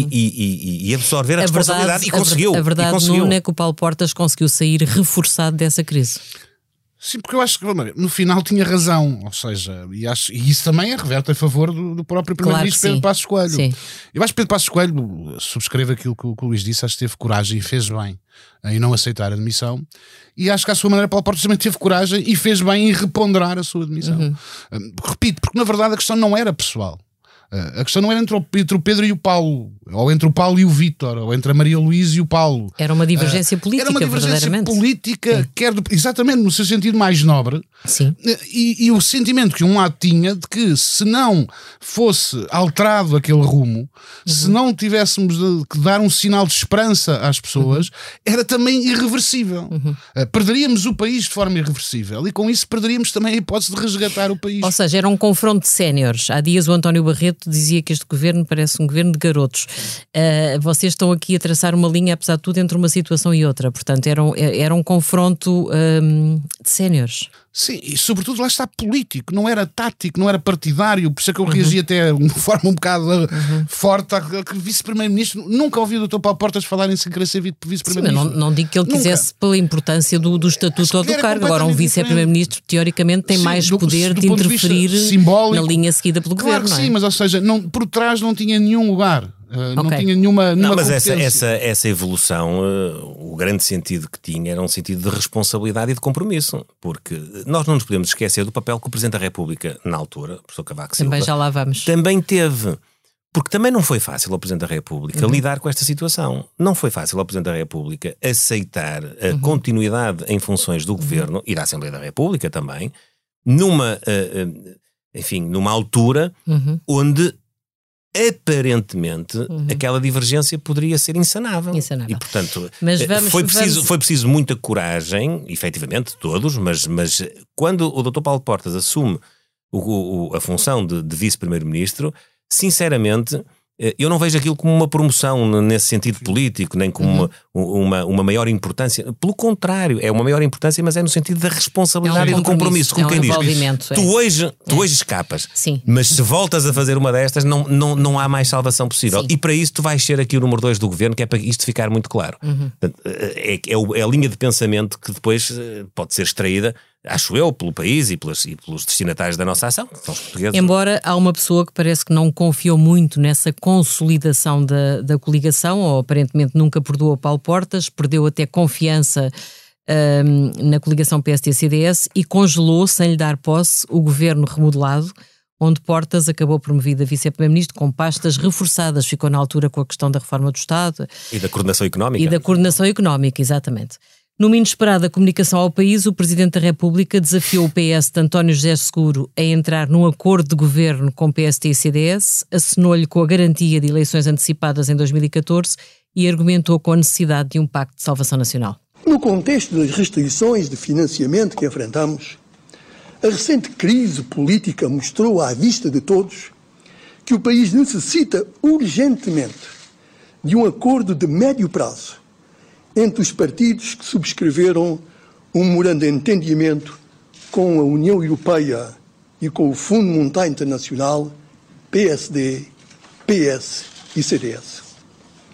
e absorver a responsabilidade, e conseguiu. A verdade, Nuno, é que o Paulo Portas conseguiu sair reforçado dessa crise. Sim, porque eu acho que no final tinha razão, ou seja, e isso também reverte a favor do próprio Primeiro-Ministro Pedro Passos Coelho. Sim. Eu acho que Pedro Passos Coelho subscreve aquilo que o Luís disse, acho que teve coragem e fez bem em não aceitar a demissão, e acho que à sua maneira Paulo Portas também teve coragem e fez bem em reponderar a sua demissão. Repito, porque na verdade a questão não era pessoal. A questão não era entre o Pedro e o Paulo, ou entre o Paulo e o Vítor, ou entre a Maria Luísa e o Paulo. Era uma divergência política, era uma divergência política, Sim. Exatamente no seu sentido mais nobre. Sim. E o sentimento que um lado tinha de que se não fosse alterado aquele rumo, se não tivéssemos que dar um sinal de esperança às pessoas, era também irreversível. Perderíamos o país de forma irreversível, e com isso perderíamos também a hipótese de resgatar o país. Ou seja, era um confronto de séniores. Há dias o António Barreto dizia que este governo parece um governo de garotos. Vocês estão aqui a traçar uma linha, apesar de tudo, entre uma situação e outra. Portanto, era um confronto de séniores. Sim, e sobretudo lá está político, não era tático, não era partidário, por isso é que eu reagi até de uma forma um bocado forte que vice-primeiro-ministro. Nunca ouvi o Dr. Paulo Portas falarem sem querer ser vice-primeiro-ministro. Sim, mas não digo que ele quisesse pela importância do estatuto ou do cargo. Agora, um vice-primeiro-ministro, teoricamente, tem mais poder de interferir na linha seguida pelo governo. Claro que sim, não é? mas ou seja, por trás não tinha nenhum lugar. Não tinha nenhuma mas essa evolução, o grande sentido que tinha era um sentido de responsabilidade e de compromisso, porque nós não nos podemos esquecer do papel que o Presidente da República, na altura, o professor Cavaco Silva, também já lá vamos, também teve. Porque também não foi fácil ao Presidente da República lidar com esta situação. Não foi fácil ao Presidente da República aceitar a continuidade em funções do Governo e da Assembleia da República também, numa altura onde aparentemente aquela divergência poderia ser insanável. E portanto foi preciso muita coragem, efetivamente todos, mas quando o Dr. Paulo Portas assume a função de vice-primeiro-ministro, sinceramente eu não vejo aquilo como uma promoção nesse sentido político, nem como uma maior importância. Pelo contrário, é uma maior importância, mas é no sentido da responsabilidade e do compromisso. Como quem diz, tu hoje escapas, sim, mas se voltas a fazer uma destas, não há mais salvação possível. Sim. E para isso tu vais ser aqui o número 2 do governo, que é para isto ficar muito claro. Portanto, é a linha de pensamento que depois pode ser extraída, acho eu, pelo país e pelos destinatários da nossa ação, que são os portugueses. Embora há uma pessoa que parece que não confiou muito nessa consolidação da coligação, ou aparentemente nunca perdoou Paulo Portas, perdeu até confiança na coligação PSD-CDS e congelou, sem lhe dar posse, o governo remodelado, onde Portas acabou promovido a vice-primeiro-ministro com pastas reforçadas. Ficou na altura com a questão da reforma do Estado. E da coordenação económica. E da coordenação económica, exatamente. Numa inesperada comunicação ao país, o Presidente da República desafiou o PS de António José Seguro a entrar num acordo de governo com PSD e CDS, acenou-lhe com a garantia de eleições antecipadas em 2014 e argumentou com a necessidade de um pacto de salvação nacional. No contexto das restrições de financiamento que enfrentamos, a recente crise política mostrou à vista de todos que o país necessita urgentemente de um acordo de médio prazo entre os partidos que subscreveram um memorando de entendimento com a União Europeia e com o Fundo Monetário Internacional, PSD, PS e CDS.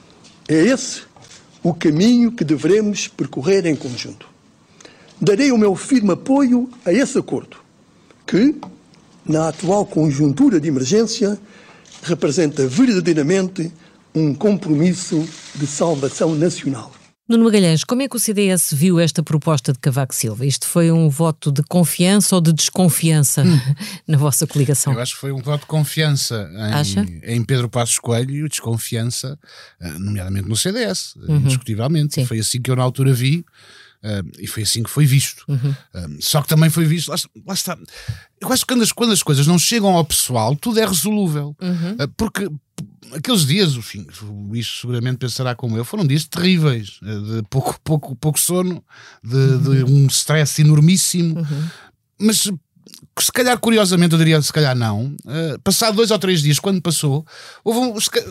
É esse o caminho que devemos percorrer em conjunto. Darei o meu firme apoio a esse acordo, que, na atual conjuntura de emergência, representa verdadeiramente um compromisso de salvação nacional. Nuno Magalhães, como é que o CDS viu esta proposta de Cavaco Silva? Isto foi um voto de confiança ou de desconfiança na vossa coligação? Eu acho que foi um voto de confiança em Pedro Passos Coelho e desconfiança, nomeadamente no CDS, indiscutivelmente. Sim. Foi assim que eu na altura vi. E foi assim que foi visto. Só que também foi visto, lá está. Eu acho que quando as coisas não chegam ao pessoal, tudo é resolúvel. Porque aqueles dias, enfim, o Luís seguramente pensará como eu, foram dias terríveis, de pouco sono, de um stress enormíssimo. Mas se calhar, curiosamente, eu diria se calhar não, passado 2 ou 3 dias, quando passou, houve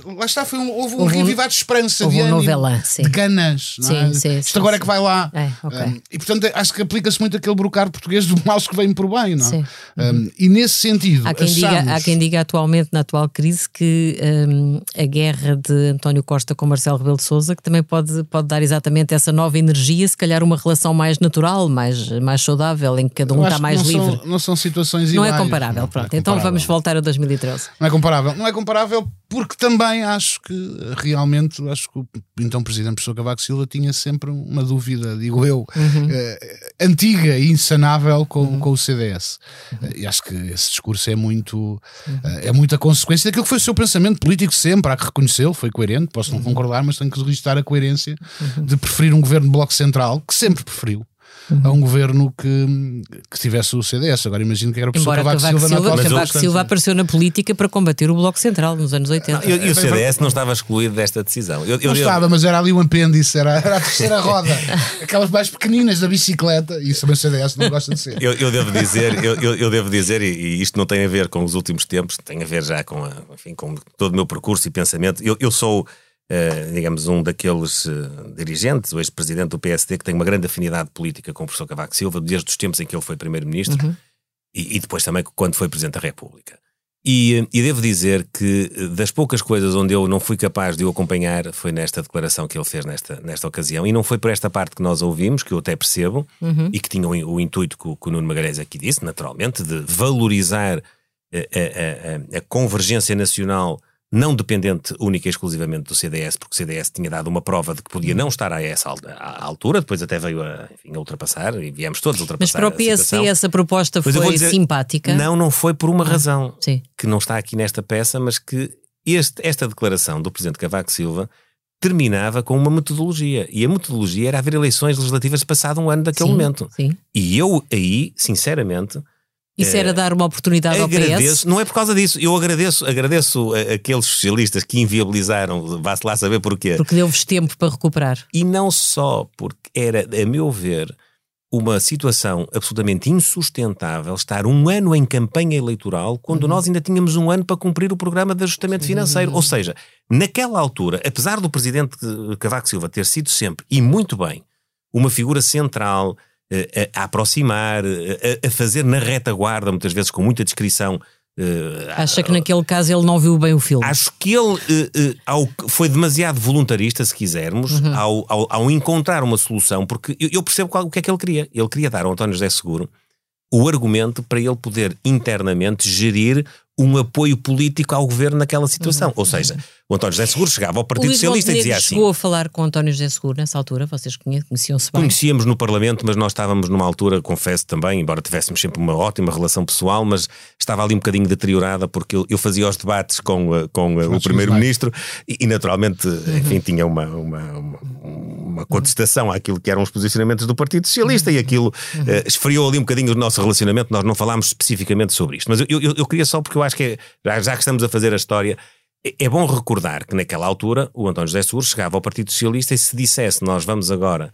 um reavivar de esperança, de ânimo, de ganas. Isto agora é que vai lá. Okay. E portanto acho que aplica-se muito aquele brocar português do mal que vem por bem, não é? E nesse sentido há quem diga atualmente, na atual crise, que a guerra de António Costa com Marcelo Rebelo de Sousa, que também pode dar exatamente essa nova energia, se calhar uma relação mais natural, mais saudável, em que cada um está mais livre. Não são situações não iguais. É comparável, pronto. Então vamos voltar a 2013. Não é comparável porque também acho que realmente o então Presidente Professor Cavaco Silva tinha sempre uma dúvida, digo eu, antiga e insanável com o CDS. E acho que esse discurso é muito a consequência daquilo que foi o seu pensamento político sempre. Há que reconhecê-lo, foi coerente, posso não concordar, mas tenho que registrar a coerência de preferir um governo de Bloco Central, que sempre preferiu, a um governo que tivesse o CDS. Agora imagino que era o professor Cavaco Silva. Cavaco Silva apareceu na política para combater o Bloco Central nos anos 80. E o CDS não estava excluído desta decisão. Não estava, mas era ali um apêndice, era a terceira roda, aquelas mais pequeninas da bicicleta, e isso também o CDS não gosta de ser. Eu devo dizer, e isto não tem a ver com os últimos tempos, tem a ver já com todo o meu percurso e pensamento. Eu sou, digamos, um daqueles dirigentes, o ex-presidente do PSD, que tem uma grande afinidade política com o professor Cavaco Silva, desde os tempos em que ele foi primeiro-ministro e depois também quando foi presidente da República. E devo dizer que das poucas coisas onde eu não fui capaz de o acompanhar foi nesta declaração que ele fez nesta ocasião, e não foi por esta parte que nós ouvimos, que eu até percebo, e que tinha o intuito que o Nuno Magalhães aqui disse, naturalmente, de valorizar a convergência nacional não dependente única e exclusivamente do CDS, porque o CDS tinha dado uma prova de que podia não estar a essa altura, depois até veio a ultrapassar, e viemos todos a ultrapassar. Mas para o PSD essa proposta foi simpática? Não foi por uma razão que não está aqui nesta peça, mas que esta declaração do Presidente Cavaco Silva terminava com uma metodologia, e a metodologia era haver eleições legislativas passado um ano daquele momento. E eu aí, sinceramente... Isso era dar uma oportunidade ao PS? Não é por causa disso. Eu agradeço aqueles socialistas que inviabilizaram, vá-se lá saber porquê. Porque deu-vos tempo para recuperar. E não só porque era, a meu ver, uma situação absolutamente insustentável estar um ano em campanha eleitoral quando nós ainda tínhamos um ano para cumprir o programa de ajustamento financeiro. Ou seja, naquela altura, apesar do Presidente Cavaco Silva ter sido sempre, e muito bem, uma figura central... a aproximar, a fazer na retaguarda, muitas vezes com muita descrição. Acha que naquele caso ele não viu bem o filme? Acho que ele foi demasiado voluntarista, se quisermos, ao encontrar uma solução, porque eu percebo o que é que ele queria. Ele queria dar ao António José Seguro o argumento para ele poder internamente gerir um apoio político ao governo naquela situação. Ou seja, o António José Seguro chegava ao Partido Socialista e dizia assim... chegou a falar com o António José Seguro nessa altura? Vocês conheciam-se bem? Conhecíamos no Parlamento, mas nós estávamos numa altura, confesso também, embora tivéssemos sempre uma ótima relação pessoal, mas estava ali um bocadinho deteriorada, porque eu fazia os debates com o Primeiro-Ministro e naturalmente, enfim, tinha uma contestação àquilo que eram os posicionamentos do Partido Socialista, e aquilo esfriou ali um bocadinho o nosso relacionamento. Nós não falámos especificamente sobre isto, mas eu queria só, porque eu acho que já que estamos a fazer a história, é bom recordar que naquela altura o António José Seguro chegava ao Partido Socialista e se dissesse nós vamos agora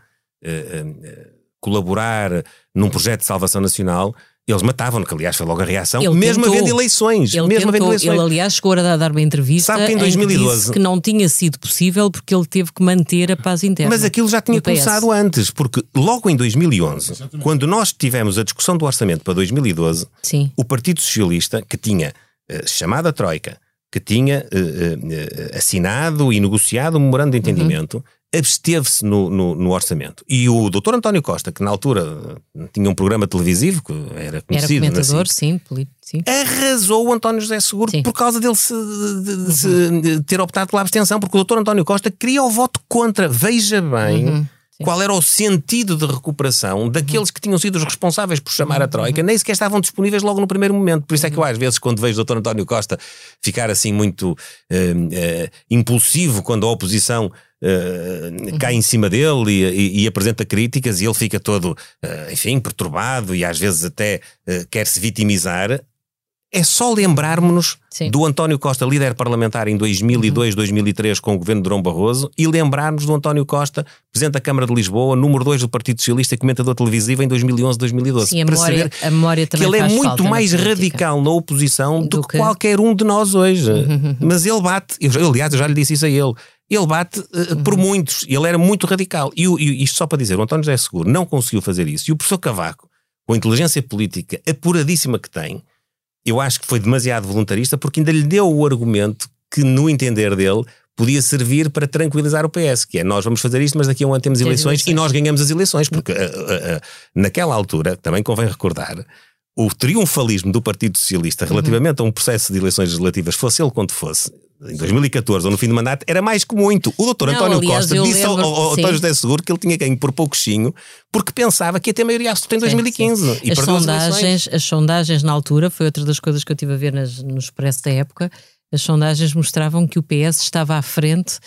colaborar num projeto de salvação nacional, eles matavam-no, que aliás foi logo a reação, mesmo havendo eleições. Ele aliás chegou a dar uma entrevista em 2012 que disse que não tinha sido possível porque ele teve que manter a paz interna. Mas aquilo já tinha começado antes, porque logo em 2011, quando nós tivemos a discussão do orçamento para 2012, o Partido Socialista, que tinha chamada Troika, que tinha assinado e negociado um memorando de entendimento, absteve-se no orçamento. E o Dr. António Costa, que na altura tinha um programa televisivo, que era conhecido... Era comentador, sim. Arrasou o António José Seguro por causa dele de ter optado pela abstenção, porque o Dr. António Costa queria o voto contra. Veja bem... Qual era o sentido de recuperação daqueles que tinham sido os responsáveis por chamar a Troika, nem sequer estavam disponíveis logo no primeiro momento. Por isso é que eu às vezes, quando vejo o Dr. António Costa ficar assim muito impulsivo quando a oposição cai em cima dele e apresenta críticas, e ele fica todo, enfim, perturbado e às vezes até quer se vitimizar, é só lembrarmos-nos do António Costa, líder parlamentar em 2002, 2003 com o governo de Durão Barroso, e lembrarmos do António Costa, presidente da Câmara de Lisboa, número 2 do Partido Socialista e comentador televisivo em 2011, 2012. Sim, a memória também que ele é muito mais na radical na oposição do que qualquer um de nós hoje. Mas ele bate, aliás, eu já lhe disse isso a ele, ele bate por muitos, ele era muito radical. E isto só para dizer, o António José Seguro não conseguiu fazer isso, e o professor Cavaco, com a inteligência política apuradíssima que tem, eu acho que foi demasiado voluntarista, porque ainda lhe deu o argumento que, no entender dele, podia servir para tranquilizar o PS, que é: nós vamos fazer isto, mas daqui a um ano temos eleições e nós ganhamos as eleições, porque naquela altura, também convém recordar, o triunfalismo do Partido Socialista relativamente a um processo de eleições legislativas, fosse ele quando fosse, em 2014 ou no fim do mandato, era mais que muito. O doutor António Costa disse ao António José Seguro que ele tinha ganho por pouquinho, porque pensava que ia ter maioria absoluta em 2015. E as sondagens na altura, foi outra das coisas que eu estive a ver no Expresso da época, as sondagens mostravam que o PS estava à frente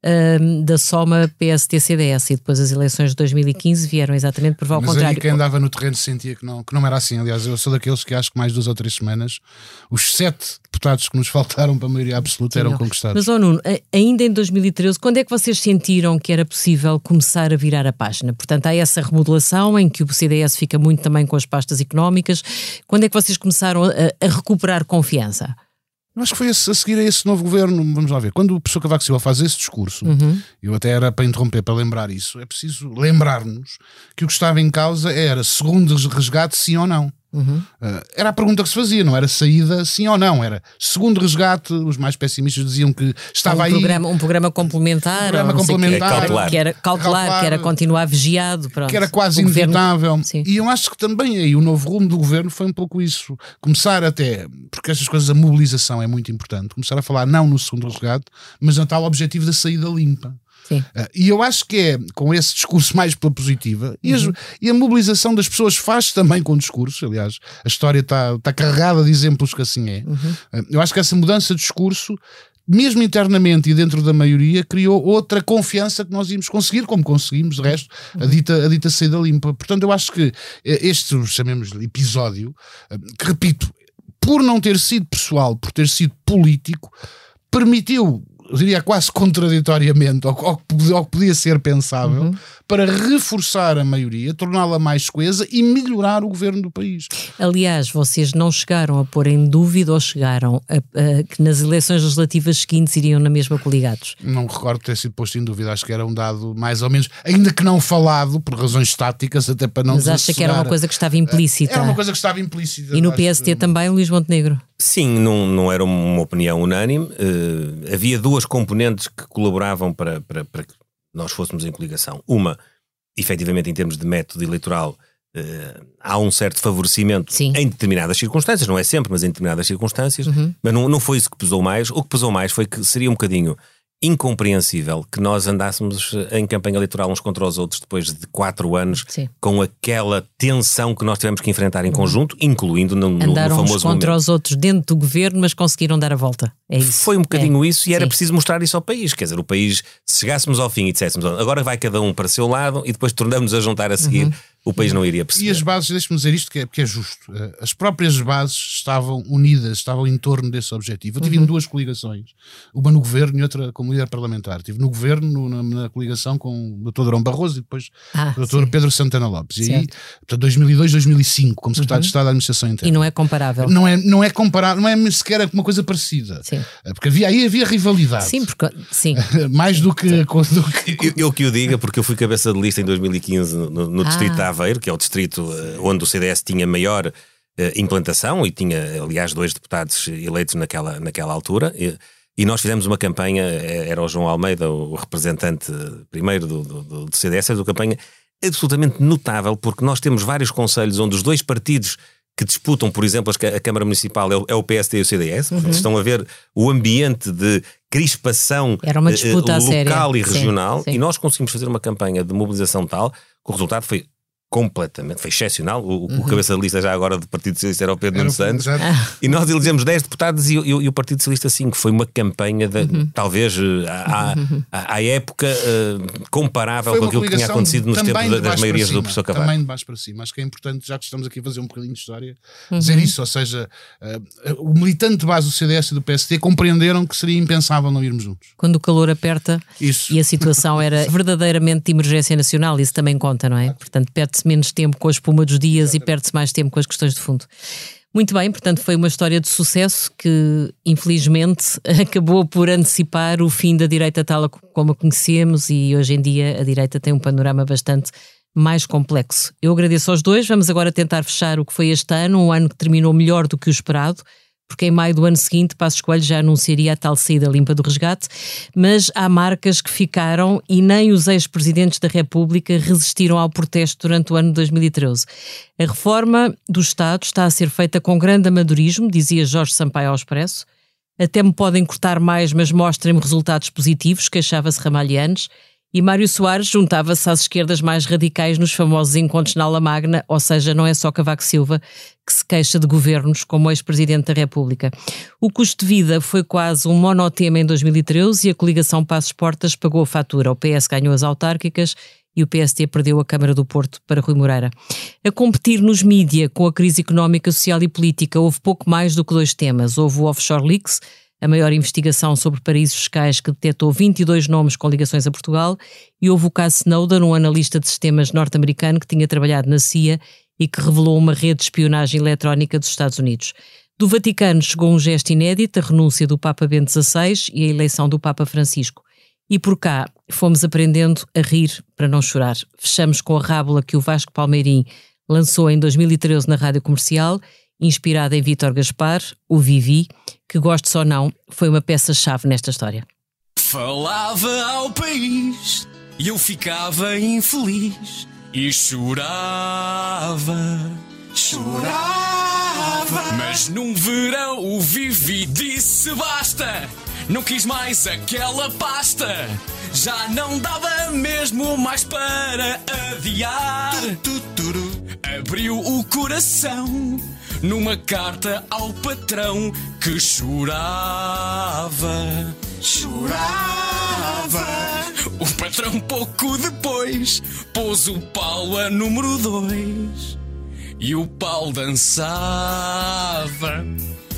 da soma PSD-CDS, e depois as eleições de 2015 vieram exatamente provar o contrário. Mas quem andava no terreno sentia que não era assim. Aliás, eu sou daqueles que acho que mais 2 ou 3 semanas os 7 deputados que nos faltaram para a maioria absoluta eram conquistados. Mas, Nuno, ainda em 2013, quando é que vocês sentiram que era possível começar a virar a página? Portanto, há essa remodelação em que o CDS fica muito também com as pastas económicas. Quando é que vocês começaram a recuperar confiança? Eu acho que foi a seguir a esse novo governo. Vamos lá ver. Quando o professor Cavaco Silva faz esse discurso, eu até era para interromper, para lembrar isso, é preciso lembrar-nos que o que estava em causa era segundo resgate, sim ou não. Era a pergunta que se fazia, não era saída sim ou não, era segundo resgate. Os mais pessimistas diziam que estava um programa complementar, que era cautelar, que era continuar vigiado, pronto, que era quase inevitável. E eu acho que também aí o novo rumo do governo foi um pouco isso, começar até, porque estas coisas, a mobilização é muito importante, começar a falar não no segundo resgate, mas no tal objetivo da saída limpa. E eu acho que é com esse discurso mais pela positiva, e a mobilização das pessoas faz também com o discurso. Aliás, a história está carregada de exemplos que assim é. Eu acho que essa mudança de discurso, mesmo internamente e dentro da maioria, criou outra confiança que nós íamos conseguir, como conseguimos, de resto, a dita saída limpa. Portanto, eu acho que este, chamemos-lhe episódio, que repito, por não ter sido pessoal, por ter sido político, permitiu, eu diria quase contraditoriamente ao que podia ser pensável, para reforçar a maioria, torná-la mais coesa e melhorar o governo do país. Aliás, vocês não chegaram a pôr em dúvida, ou chegaram que nas eleições legislativas seguintes iriam na mesma coligados? Não recordo ter sido posto em dúvida, acho que era um dado mais ou menos, ainda que não falado, por razões táticas, até para não Mas acha que era uma coisa que estava implícita? Era uma coisa que estava implícita. E no PST também, Luís Montenegro? Sim, não era uma opinião unânime. Havia 2 componentes que colaboravam para que nós fôssemos em coligação. Uma, efetivamente, em termos de método eleitoral, há um certo favorecimento em determinadas circunstâncias, não é sempre, mas em determinadas circunstâncias, mas não foi isso que pesou mais. O que pesou mais foi que seria um bocadinho incompreensível que nós andássemos em campanha eleitoral uns contra os outros depois de 4 anos, com aquela tensão que nós tivemos que enfrentar em conjunto, incluindo no famoso uns contra os outros dentro do governo, mas conseguiram dar a volta. É isso. Foi um bocadinho isso, e era preciso mostrar isso ao país. Quer dizer, o país, se chegássemos ao fim e disséssemos agora vai cada um para o seu lado e depois tornamos a juntar a seguir, o país não iria perceber. E as bases, deixe-me dizer isto, porque é justo, as próprias bases estavam unidas, estavam em torno desse objetivo. Eu tive em 2 coligações, uma no governo e outra como líder parlamentar. Estive no governo, na coligação com o Dr. Durão Barroso e depois o Dr. Pedro Santana Lopes. E aí, portanto, 2002, 2005, como secretário de Estado da Administração Interna. E não é comparável. Não é comparável, não é sequer uma coisa parecida. Porque havia rivalidade. Sim. Mais do que... Eu que o diga, porque eu fui cabeça de lista em 2015 no distrito de Aveiro, que é o distrito onde o CDS tinha maior implantação e tinha, aliás, 2 deputados eleitos naquela altura. E nós fizemos uma campanha, era o João Almeida, o representante primeiro do CDS, fez uma campanha absolutamente notável, porque nós temos vários concelhos onde os 2 partidos que disputam, por exemplo, a Câmara Municipal é o PSD e o CDS. Portanto, estão a ver o ambiente de crispação era uma disputa local e regional. Sim. E nós conseguimos fazer uma campanha de mobilização tal que o resultado foi excepcional. O cabeça de lista já agora do Partido Socialista era o Pedro Nuno Santos. E nós elegemos 10 deputados e o Partido Socialista 5. Foi uma campanha talvez à época comparável com aquilo que tinha acontecido nos tempos das maiorias do professor Cavaco. Também de baixo para cima. Acho que é importante, já que estamos aqui a fazer um bocadinho de história, dizer isso. Ou seja, o militante de base do CDS e do PSD compreenderam que seria impensável não irmos juntos. Quando o calor aperta e a situação era verdadeiramente de emergência nacional, isso também conta, não é? Portanto, perde-se menos tempo com a espuma dos dias e perde-se mais tempo com as questões de fundo. Muito bem, portanto foi uma história de sucesso que infelizmente acabou por antecipar o fim da direita tal como a conhecemos, e hoje em dia a direita tem um panorama bastante mais complexo. Eu agradeço aos 2, vamos agora tentar fechar o que foi este ano, um ano que terminou melhor do que o esperado, porque em maio do ano seguinte Passos Coelho já anunciaria a tal saída limpa do resgate, mas há marcas que ficaram e nem os ex-presidentes da República resistiram ao protesto durante o ano de 2013. A reforma do Estado está a ser feita com grande amadorismo, dizia Jorge Sampaio ao Expresso. Até me podem cortar mais, mas mostrem-me resultados positivos, queixava-se Ramalhianes. E Mário Soares juntava-se às esquerdas mais radicais nos famosos encontros na aula magna, ou seja, não é só Cavaco Silva que se queixa de governos como ex-presidente da República. O custo de vida foi quase um monotema em 2013 e a coligação Passos Portas pagou a fatura. O PS ganhou as autárquicas e o PSD perdeu a Câmara do Porto para Rui Moreira. A competir nos mídia com a crise económica, social e política, houve pouco mais do que 2 temas. Houve o Offshore Leaks, a maior investigação sobre paraísos fiscais que detectou 22 nomes com ligações a Portugal, e houve o caso Snowden, um analista de sistemas norte-americano que tinha trabalhado na CIA e que revelou uma rede de espionagem eletrónica dos Estados Unidos. Do Vaticano chegou um gesto inédito, a renúncia do Papa Bento XVI e a eleição do Papa Francisco. E por cá fomos aprendendo a rir para não chorar. Fechamos com a rábula que o Vasco Palmeirim lançou em 2013 na Rádio Comercial, inspirada em Vítor Gaspar, o Vivi, que gostes ou não, foi uma peça-chave nesta história. Falava ao país e eu ficava infeliz e chorava, mas num verão o Vivi disse basta, não quis mais aquela pasta, já não dava mesmo mais para adiar. Abriu o coração numa carta ao patrão que chorava. O patrão pouco depois pôs o Paulo a número 2 e o Paulo dançava.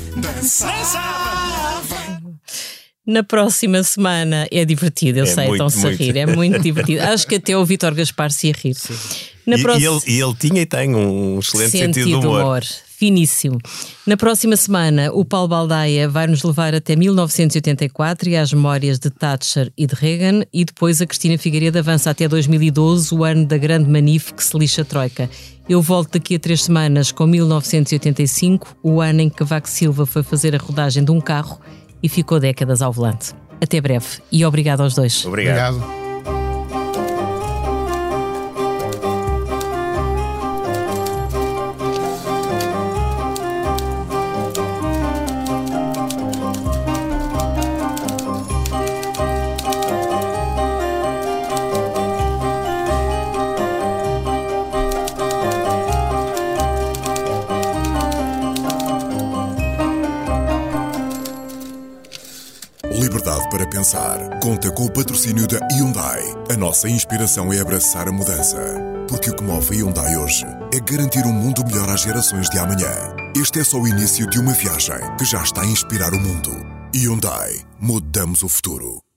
Na próxima semana é divertido, eu sei, estão-se a rir, é muito divertido. Acho que até o Vítor Gaspar se ia rir. E ele tinha e tem um excelente sentido de humor. Finíssimo. Na próxima semana, o Paulo Baldaia vai-nos levar até 1984 e às memórias de Thatcher e de Reagan, e depois a Cristina Figueiredo avança até 2012, o ano da grande manife que se lixa a Troika. Eu volto daqui a 3 semanas com 1985, o ano em que Cavaco Silva foi fazer a rodagem de um carro e ficou décadas ao volante. Até breve e obrigado aos 2. Obrigado. Liberdade para pensar. Conta com o patrocínio da Hyundai. A nossa inspiração é abraçar a mudança. Porque o que move a Hyundai hoje é garantir um mundo melhor às gerações de amanhã. Este é só o início de uma viagem que já está a inspirar o mundo. Hyundai. Mudamos o futuro.